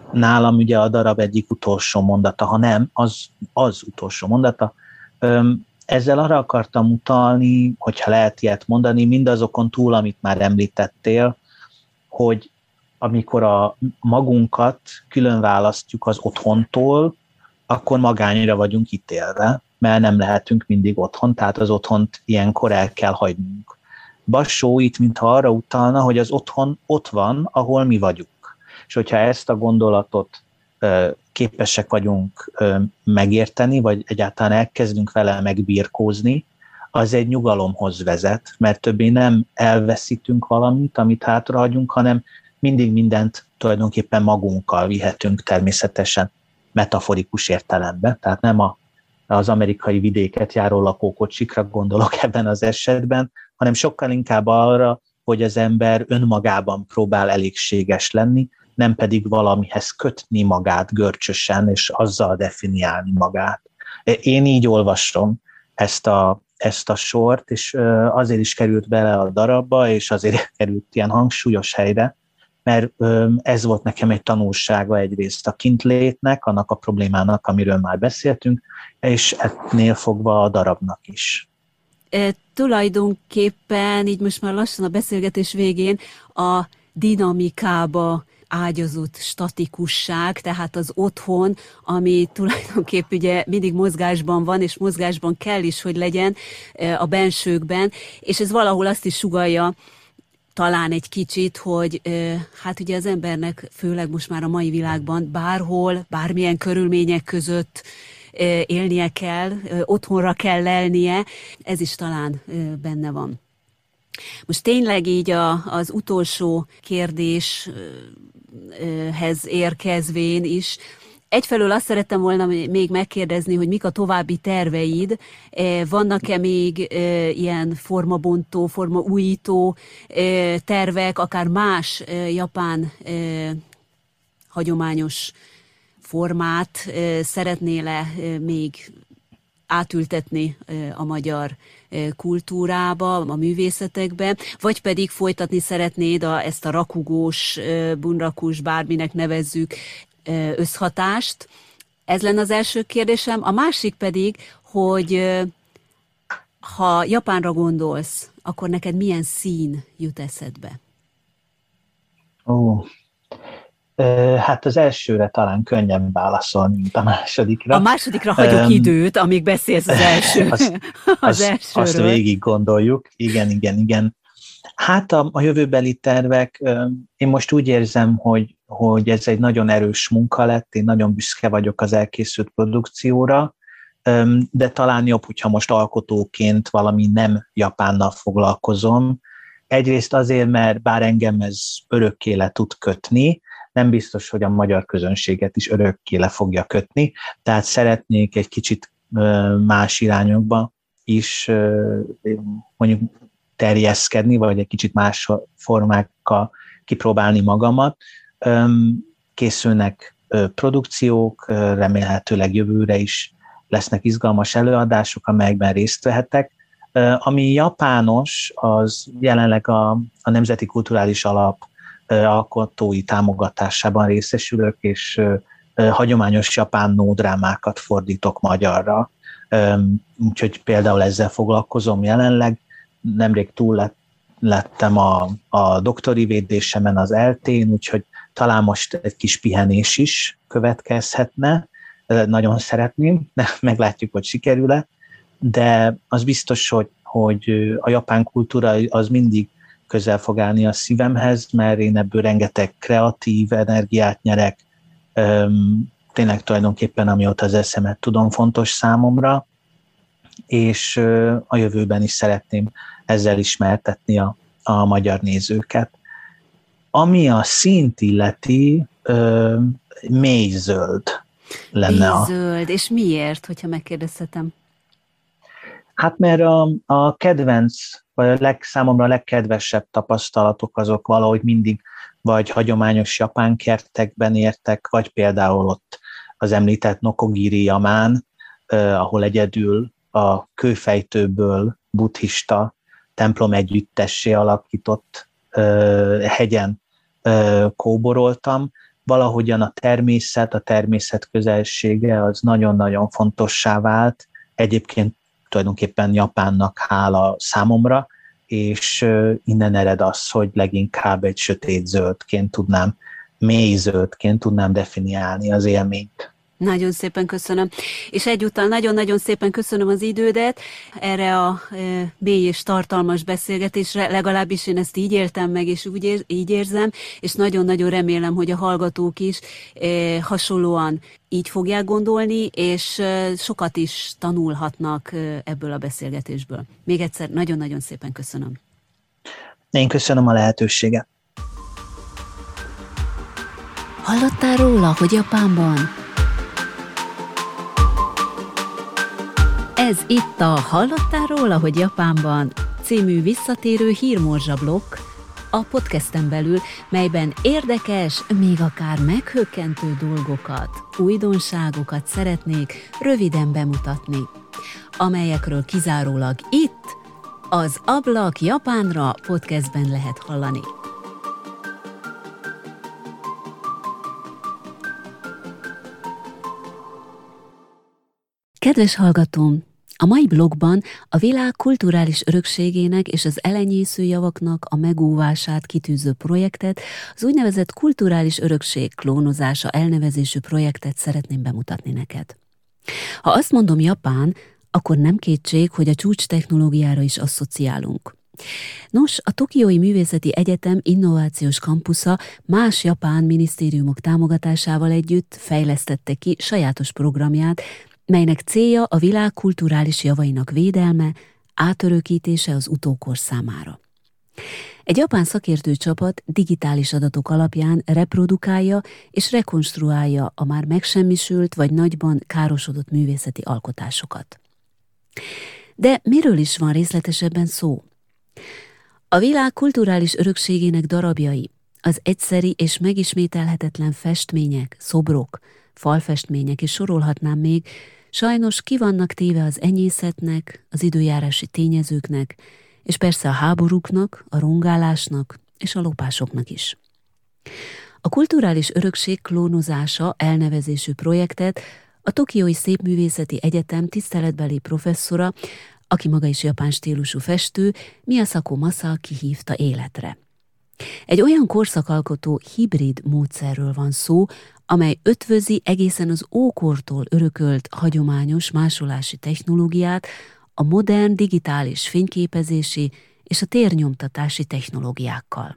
nálam ugye a darab egyik utolsó mondata, ha nem, az utolsó mondata. Ezzel arra akartam utalni, hogyha lehet ilyet mondani, mindazokon túl, amit már említettél, hogy amikor a magunkat külön választjuk az otthontól, akkor magányra vagyunk ítélve, mert nem lehetünk mindig otthon, tehát az otthont ilyenkor el kell hagynunk. Bassó itt mintha arra utalna, hogy az otthon ott van, ahol mi vagyunk. És hogyha ezt a gondolatot képesek vagyunk megérteni, vagy egyáltalán elkezdünk vele megbirkózni, az egy nyugalomhoz vezet, mert többé nem elveszítünk valamit, amit hátrahagyunk, hanem mindig mindent tulajdonképpen magunkkal vihetünk természetesen metaforikus értelemben, tehát nem az amerikai vidéket járó lakókocsikra gondolok ebben az esetben, hanem sokkal inkább arra, hogy az ember önmagában próbál elégséges lenni, nem pedig valamihez kötni magát görcsösen, és azzal definiálni magát. Én így olvasom ezt a sort, és azért is került bele a darabba, és azért került ilyen hangsúlyos helyre, mert ez volt nekem egy tanulsága egyrészt a kintlétnek, annak a problémának, amiről már beszéltünk, és ennél fogva a darabnak is. Tulajdonképpen, így most már lassan a beszélgetés végén, a dinamikába ágyazott statikusság, tehát az otthon, ami tulajdonképpen ugye mindig mozgásban van, és mozgásban kell is, hogy legyen a bensőkben, és ez valahol azt is sugallja, talán egy kicsit, hogy hát ugye az embernek, főleg most már a mai világban bárhol, bármilyen körülmények között élnie kell, otthonra kell lelnie, ez is talán benne van. Most tényleg így az utolsó kérdéshez érkezvén is, egyfelől azt szerettem volna még megkérdezni, hogy mik a további terveid, vannak-e még ilyen formabontó, formaújító tervek, akár más japán hagyományos formát szeretnél-e még átültetni a magyar kultúrába, a művészetekbe, vagy pedig folytatni szeretnéd ezt a rakugós, bunrakus, bárminek nevezzük, összhatást. Ez lenne az első kérdésem. A másik pedig, hogy ha Japánra gondolsz, akkor neked milyen szín jut eszedbe? Hát az elsőre talán könnyebb válaszolni, mint a másodikra. A másodikra hagyok időt, amíg beszélsz az elsőről. Azt végig gondoljuk. Igen. Hát a jövőbeli tervek, én most úgy érzem, hogy ez egy nagyon erős munka lett, én nagyon büszke vagyok az elkészült produkcióra, de talán jobb, hogyha most alkotóként valami nem Japánnal foglalkozom. Egyrészt azért, mert bár engem ez örökké le tud kötni, nem biztos, hogy a magyar közönséget is örökké le fogja kötni, tehát szeretnék egy kicsit más irányokba is mondjuk terjeszkedni, vagy egy kicsit más formákkal kipróbálni magamat. Készülnek produkciók, remélhetőleg jövőre is lesznek izgalmas előadások, amelyekben részt vehetek. Ami japános, az jelenleg a Nemzeti Kulturális Alap alkotói támogatásában részesülök, és hagyományos japán nódrámákat fordítok magyarra. Úgyhogy például ezzel foglalkozom jelenleg. Nemrég túl lettem a doktori védésemen az eltén, úgyhogy talán most egy kis pihenés is következhetne. Nagyon szeretném, meglátjuk, hogy sikerül-e, de az biztos, hogy a japán kultúra az mindig közel fog állni a szívemhez, mert én ebből rengeteg kreatív energiát nyerek, tényleg tulajdonképpen amióta az eszemet tudom, fontos számomra, és a jövőben is szeretném ezzel ismertetni a magyar nézőket. Ami a színt illeti, mély zöld lenne. Mély zöld, és miért, hogyha megkérdezhetem? Hát mert a kedvenc, vagy számomra a legkedvesebb tapasztalatok azok valahogy mindig vagy hagyományos japán kertekben értek, vagy például ott az említett Nokogiri-Yamán, ahol egyedül a kőfejtőből buddhista templom együttessé alakított hegyen kóboroltam, valahogyan a természet közelsége az nagyon-nagyon fontossá vált. Egyébként tulajdonképpen Japánnak hála számomra, és innen ered az, hogy leginkább egy sötét zöldként mély zöldként tudnám definiálni az élményt. Nagyon szépen köszönöm. És egyúttal nagyon-nagyon szépen köszönöm az idődet erre a mély és tartalmas beszélgetésre, legalábbis én ezt így éltem meg, és így érzem, és nagyon-nagyon remélem, hogy a hallgatók is hasonlóan így fogják gondolni, és sokat is tanulhatnak ebből a beszélgetésből. Még egyszer nagyon-nagyon szépen köszönöm. Én köszönöm a lehetőséget. Hallottál róla, hogy Japánban? Ez itt a Hallottál róla, hogy Japánban című visszatérő hírmorzsablokk a podcasten belül, melyben érdekes, még akár meghökkentő dolgokat, újdonságokat szeretnék röviden bemutatni, amelyekről kizárólag itt, az Ablak Japánra podcastben lehet hallani. Kedves hallgatóm! A mai blogban a világ kulturális örökségének és az elenyésző javaknak a megóvását kitűző projektet, az úgynevezett kulturális örökség klónozása elnevezésű projektet szeretném bemutatni neked. Ha azt mondom Japán, akkor nem kétség, hogy a csúcs technológiára is asszociálunk. Nos, a Tokiói Művészeti Egyetem innovációs kampusza más japán minisztériumok támogatásával együtt fejlesztette ki sajátos programját, melynek célja a világ kulturális javainak védelme, átörökítése az utókor számára. Egy japán szakértő csapat digitális adatok alapján reprodukálja és rekonstruálja a már megsemmisült vagy nagyban károsodott művészeti alkotásokat. De miről is van részletesebben szó? A világ kulturális örökségének darabjai, az egyszeri és megismételhetetlen festmények, szobrok, falfestmények és sorolhatnám még, sajnos ki vannak téve az enyészetnek, az időjárási tényezőknek, és persze a háborúknak, a rongálásnak és a lopásoknak is. A kulturális örökség klónozása elnevezésű projektet a Tokiói Szépművészeti Egyetem tiszteletbeli professzora, aki maga is japán stílusú festő, Miyasako Masaki hívta életre. Egy olyan korszakalkotó hibrid módszerről van szó, amely ötvözi egészen az ókortól örökölt hagyományos másolási technológiát a modern digitális fényképezési és a térnyomtatási technológiákkal.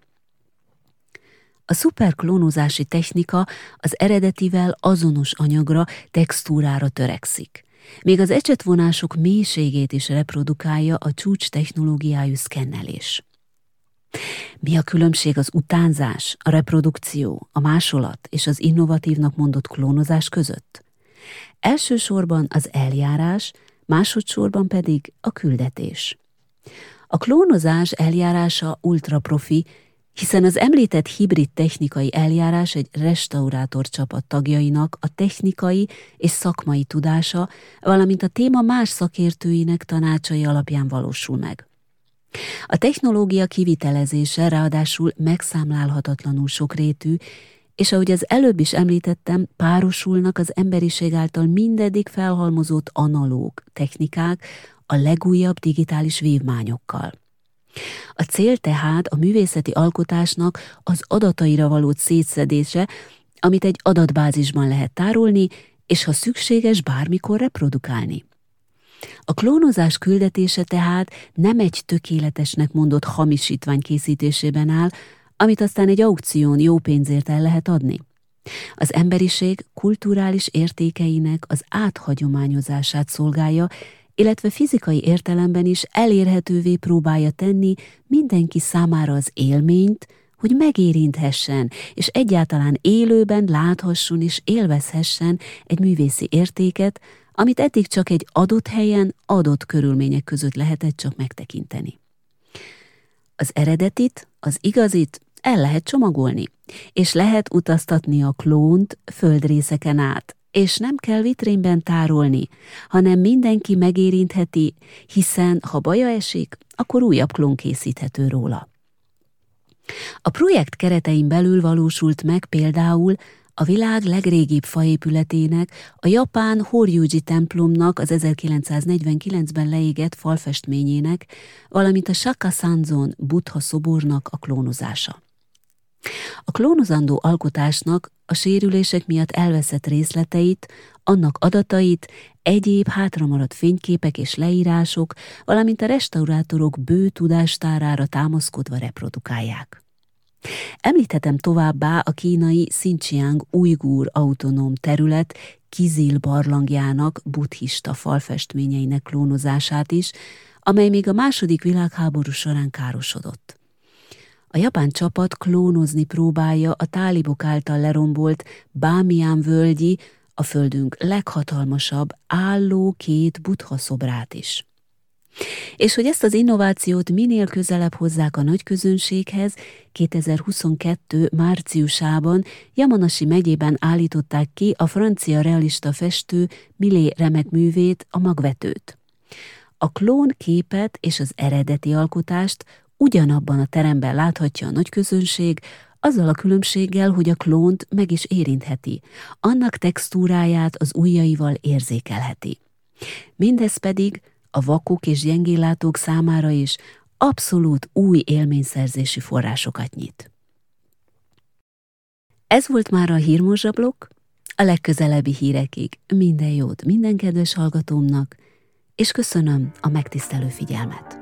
A szuperklónozási technika az eredetivel azonos anyagra, textúrára törekszik, még az ecsetvonások mélységét is reprodukálja a csúcs technológiájú szkennelés. Mi a különbség az utánzás, a reprodukció, a másolat és az innovatívnak mondott klónozás között? Elsősorban az eljárás, másodszorban pedig a küldetés. A klónozás eljárása ultraprofi, hiszen az említett hibrid technikai eljárás egy restaurátor csapat tagjainak a technikai és szakmai tudása, valamint a téma más szakértőinek tanácsai alapján valósul meg. A technológia kivitelezése ráadásul megszámlálhatatlanul sokrétű, és ahogy az előbb is említettem, párosulnak az emberiség által mindeddig felhalmozott analóg technikák a legújabb digitális vívmányokkal. A cél tehát a művészeti alkotásnak az adataira való szétszedése, amit egy adatbázisban lehet tárolni, és ha szükséges, bármikor reprodukálni. A klónozás küldetése tehát nem egy tökéletesnek mondott hamisítvány készítésében áll, amit aztán egy aukción jó pénzért el lehet adni. Az emberiség kulturális értékeinek az áthagyományozását szolgálja, illetve fizikai értelemben is elérhetővé próbálja tenni mindenki számára az élményt, hogy megérinthessen, és egyáltalán élőben láthasson és élvezhessen egy művészi értéket, amit eddig csak egy adott helyen, adott körülmények között lehetett csak megtekinteni. Az eredetit, az igazit el lehet csomagolni, és lehet utaztatni a klónt földrészeken át, és nem kell vitrínben tárolni, hanem mindenki megérintheti, hiszen ha baja esik, akkor újabb klón készíthető róla. A projekt keretein belül valósult meg például A világ legrégibb faépületének, a japán Horyuji templomnak az 1949-ben leégett falfestményének, valamint a Shakasanzon Buddha szobornak a klónozása. A klónozandó alkotásnak a sérülések miatt elveszett részleteit, annak adatait, egyéb hátramaradt fényképek és leírások, valamint a restaurátorok bő tudástárára támaszkodva reprodukálják. Említhetem továbbá a kínai Xinjiang ujgur autonóm terület Kizil barlangjának buddhista falfestményeinek klónozását is, amely még a II. Világháború során károsodott. A japán csapat klónozni próbálja a tálibok által lerombolt Bámián völgyi, a földünk leghatalmasabb álló 2 buddha szobrát is. És hogy ezt az innovációt minél közelebb hozzák a nagyközönséghez, 2022. márciusában Yamanashi megyében állították ki a francia realista festő Millet remek művét, a Magvetőt. A klón képet és az eredeti alkotást ugyanabban a teremben láthatja a nagyközönség, azzal a különbséggel, hogy a klónt meg is érintheti, annak textúráját az ujjaival érzékelheti. Mindez pedig a vakok és gyengéllátók számára is abszolút új élményszerzési forrásokat nyit. Ez volt már a Hírmorzsablokk, a legközelebbi hírekig minden jót minden kedves hallgatómnak, és köszönöm a megtisztelő figyelmet.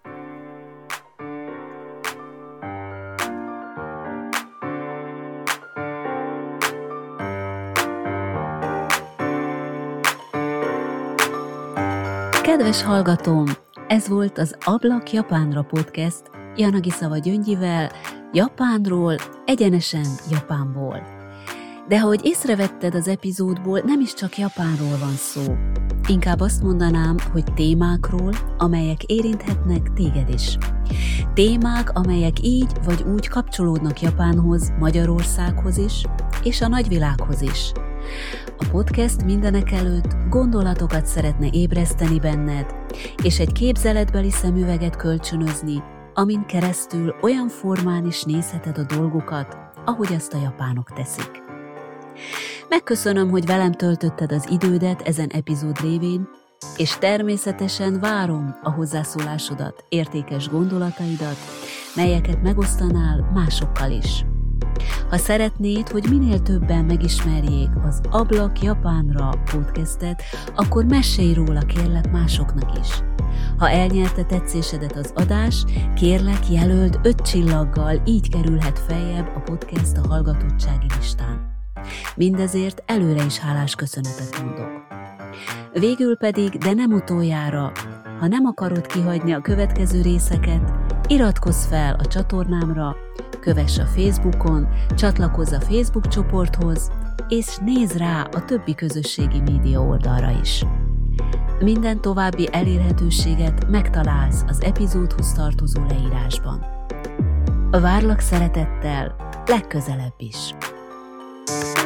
Kedves hallgatóm, ez volt az Ablak Japánra podcast Janagisawa Gyöngyivel, Japánról, egyenesen Japánból. De ahogy észrevetted az epizódból, nem is csak Japánról van szó. Inkább azt mondanám, hogy témákról, amelyek érinthetnek téged is. Témák, amelyek így vagy úgy kapcsolódnak Japánhoz, Magyarországhoz is, és a nagyvilághoz is. A podcast mindenekelőtt gondolatokat szeretne ébreszteni benned, és egy képzeletbeli szemüveget kölcsönözni, amin keresztül olyan formán is nézheted a dolgokat, ahogy azt a japánok teszik. Megköszönöm, hogy velem töltötted az idődet ezen epizód révén, és természetesen várom a hozzászólásodat, értékes gondolataidat, melyeket megosztanál másokkal is. Ha szeretnéd, hogy minél többen megismerjék az Ablak Japánra podcastet, akkor mesélj róla kérlek másoknak is. Ha elnyerte tetszésedet az adás, kérlek jelöld 5 csillaggal, így kerülhet feljebb a podcast a hallgatottsági listán. Mindezért előre is hálás köszönetet mondok. Végül pedig, de nem utoljára, ha nem akarod kihagyni a következő részeket, iratkozz fel a csatornámra, kövess a Facebookon, csatlakozz a Facebook csoporthoz, és nézz rá a többi közösségi média oldalra is. Minden további elérhetőséget megtalálsz az epizódhoz tartozó leírásban. Várlak szeretettel, legközelebb is!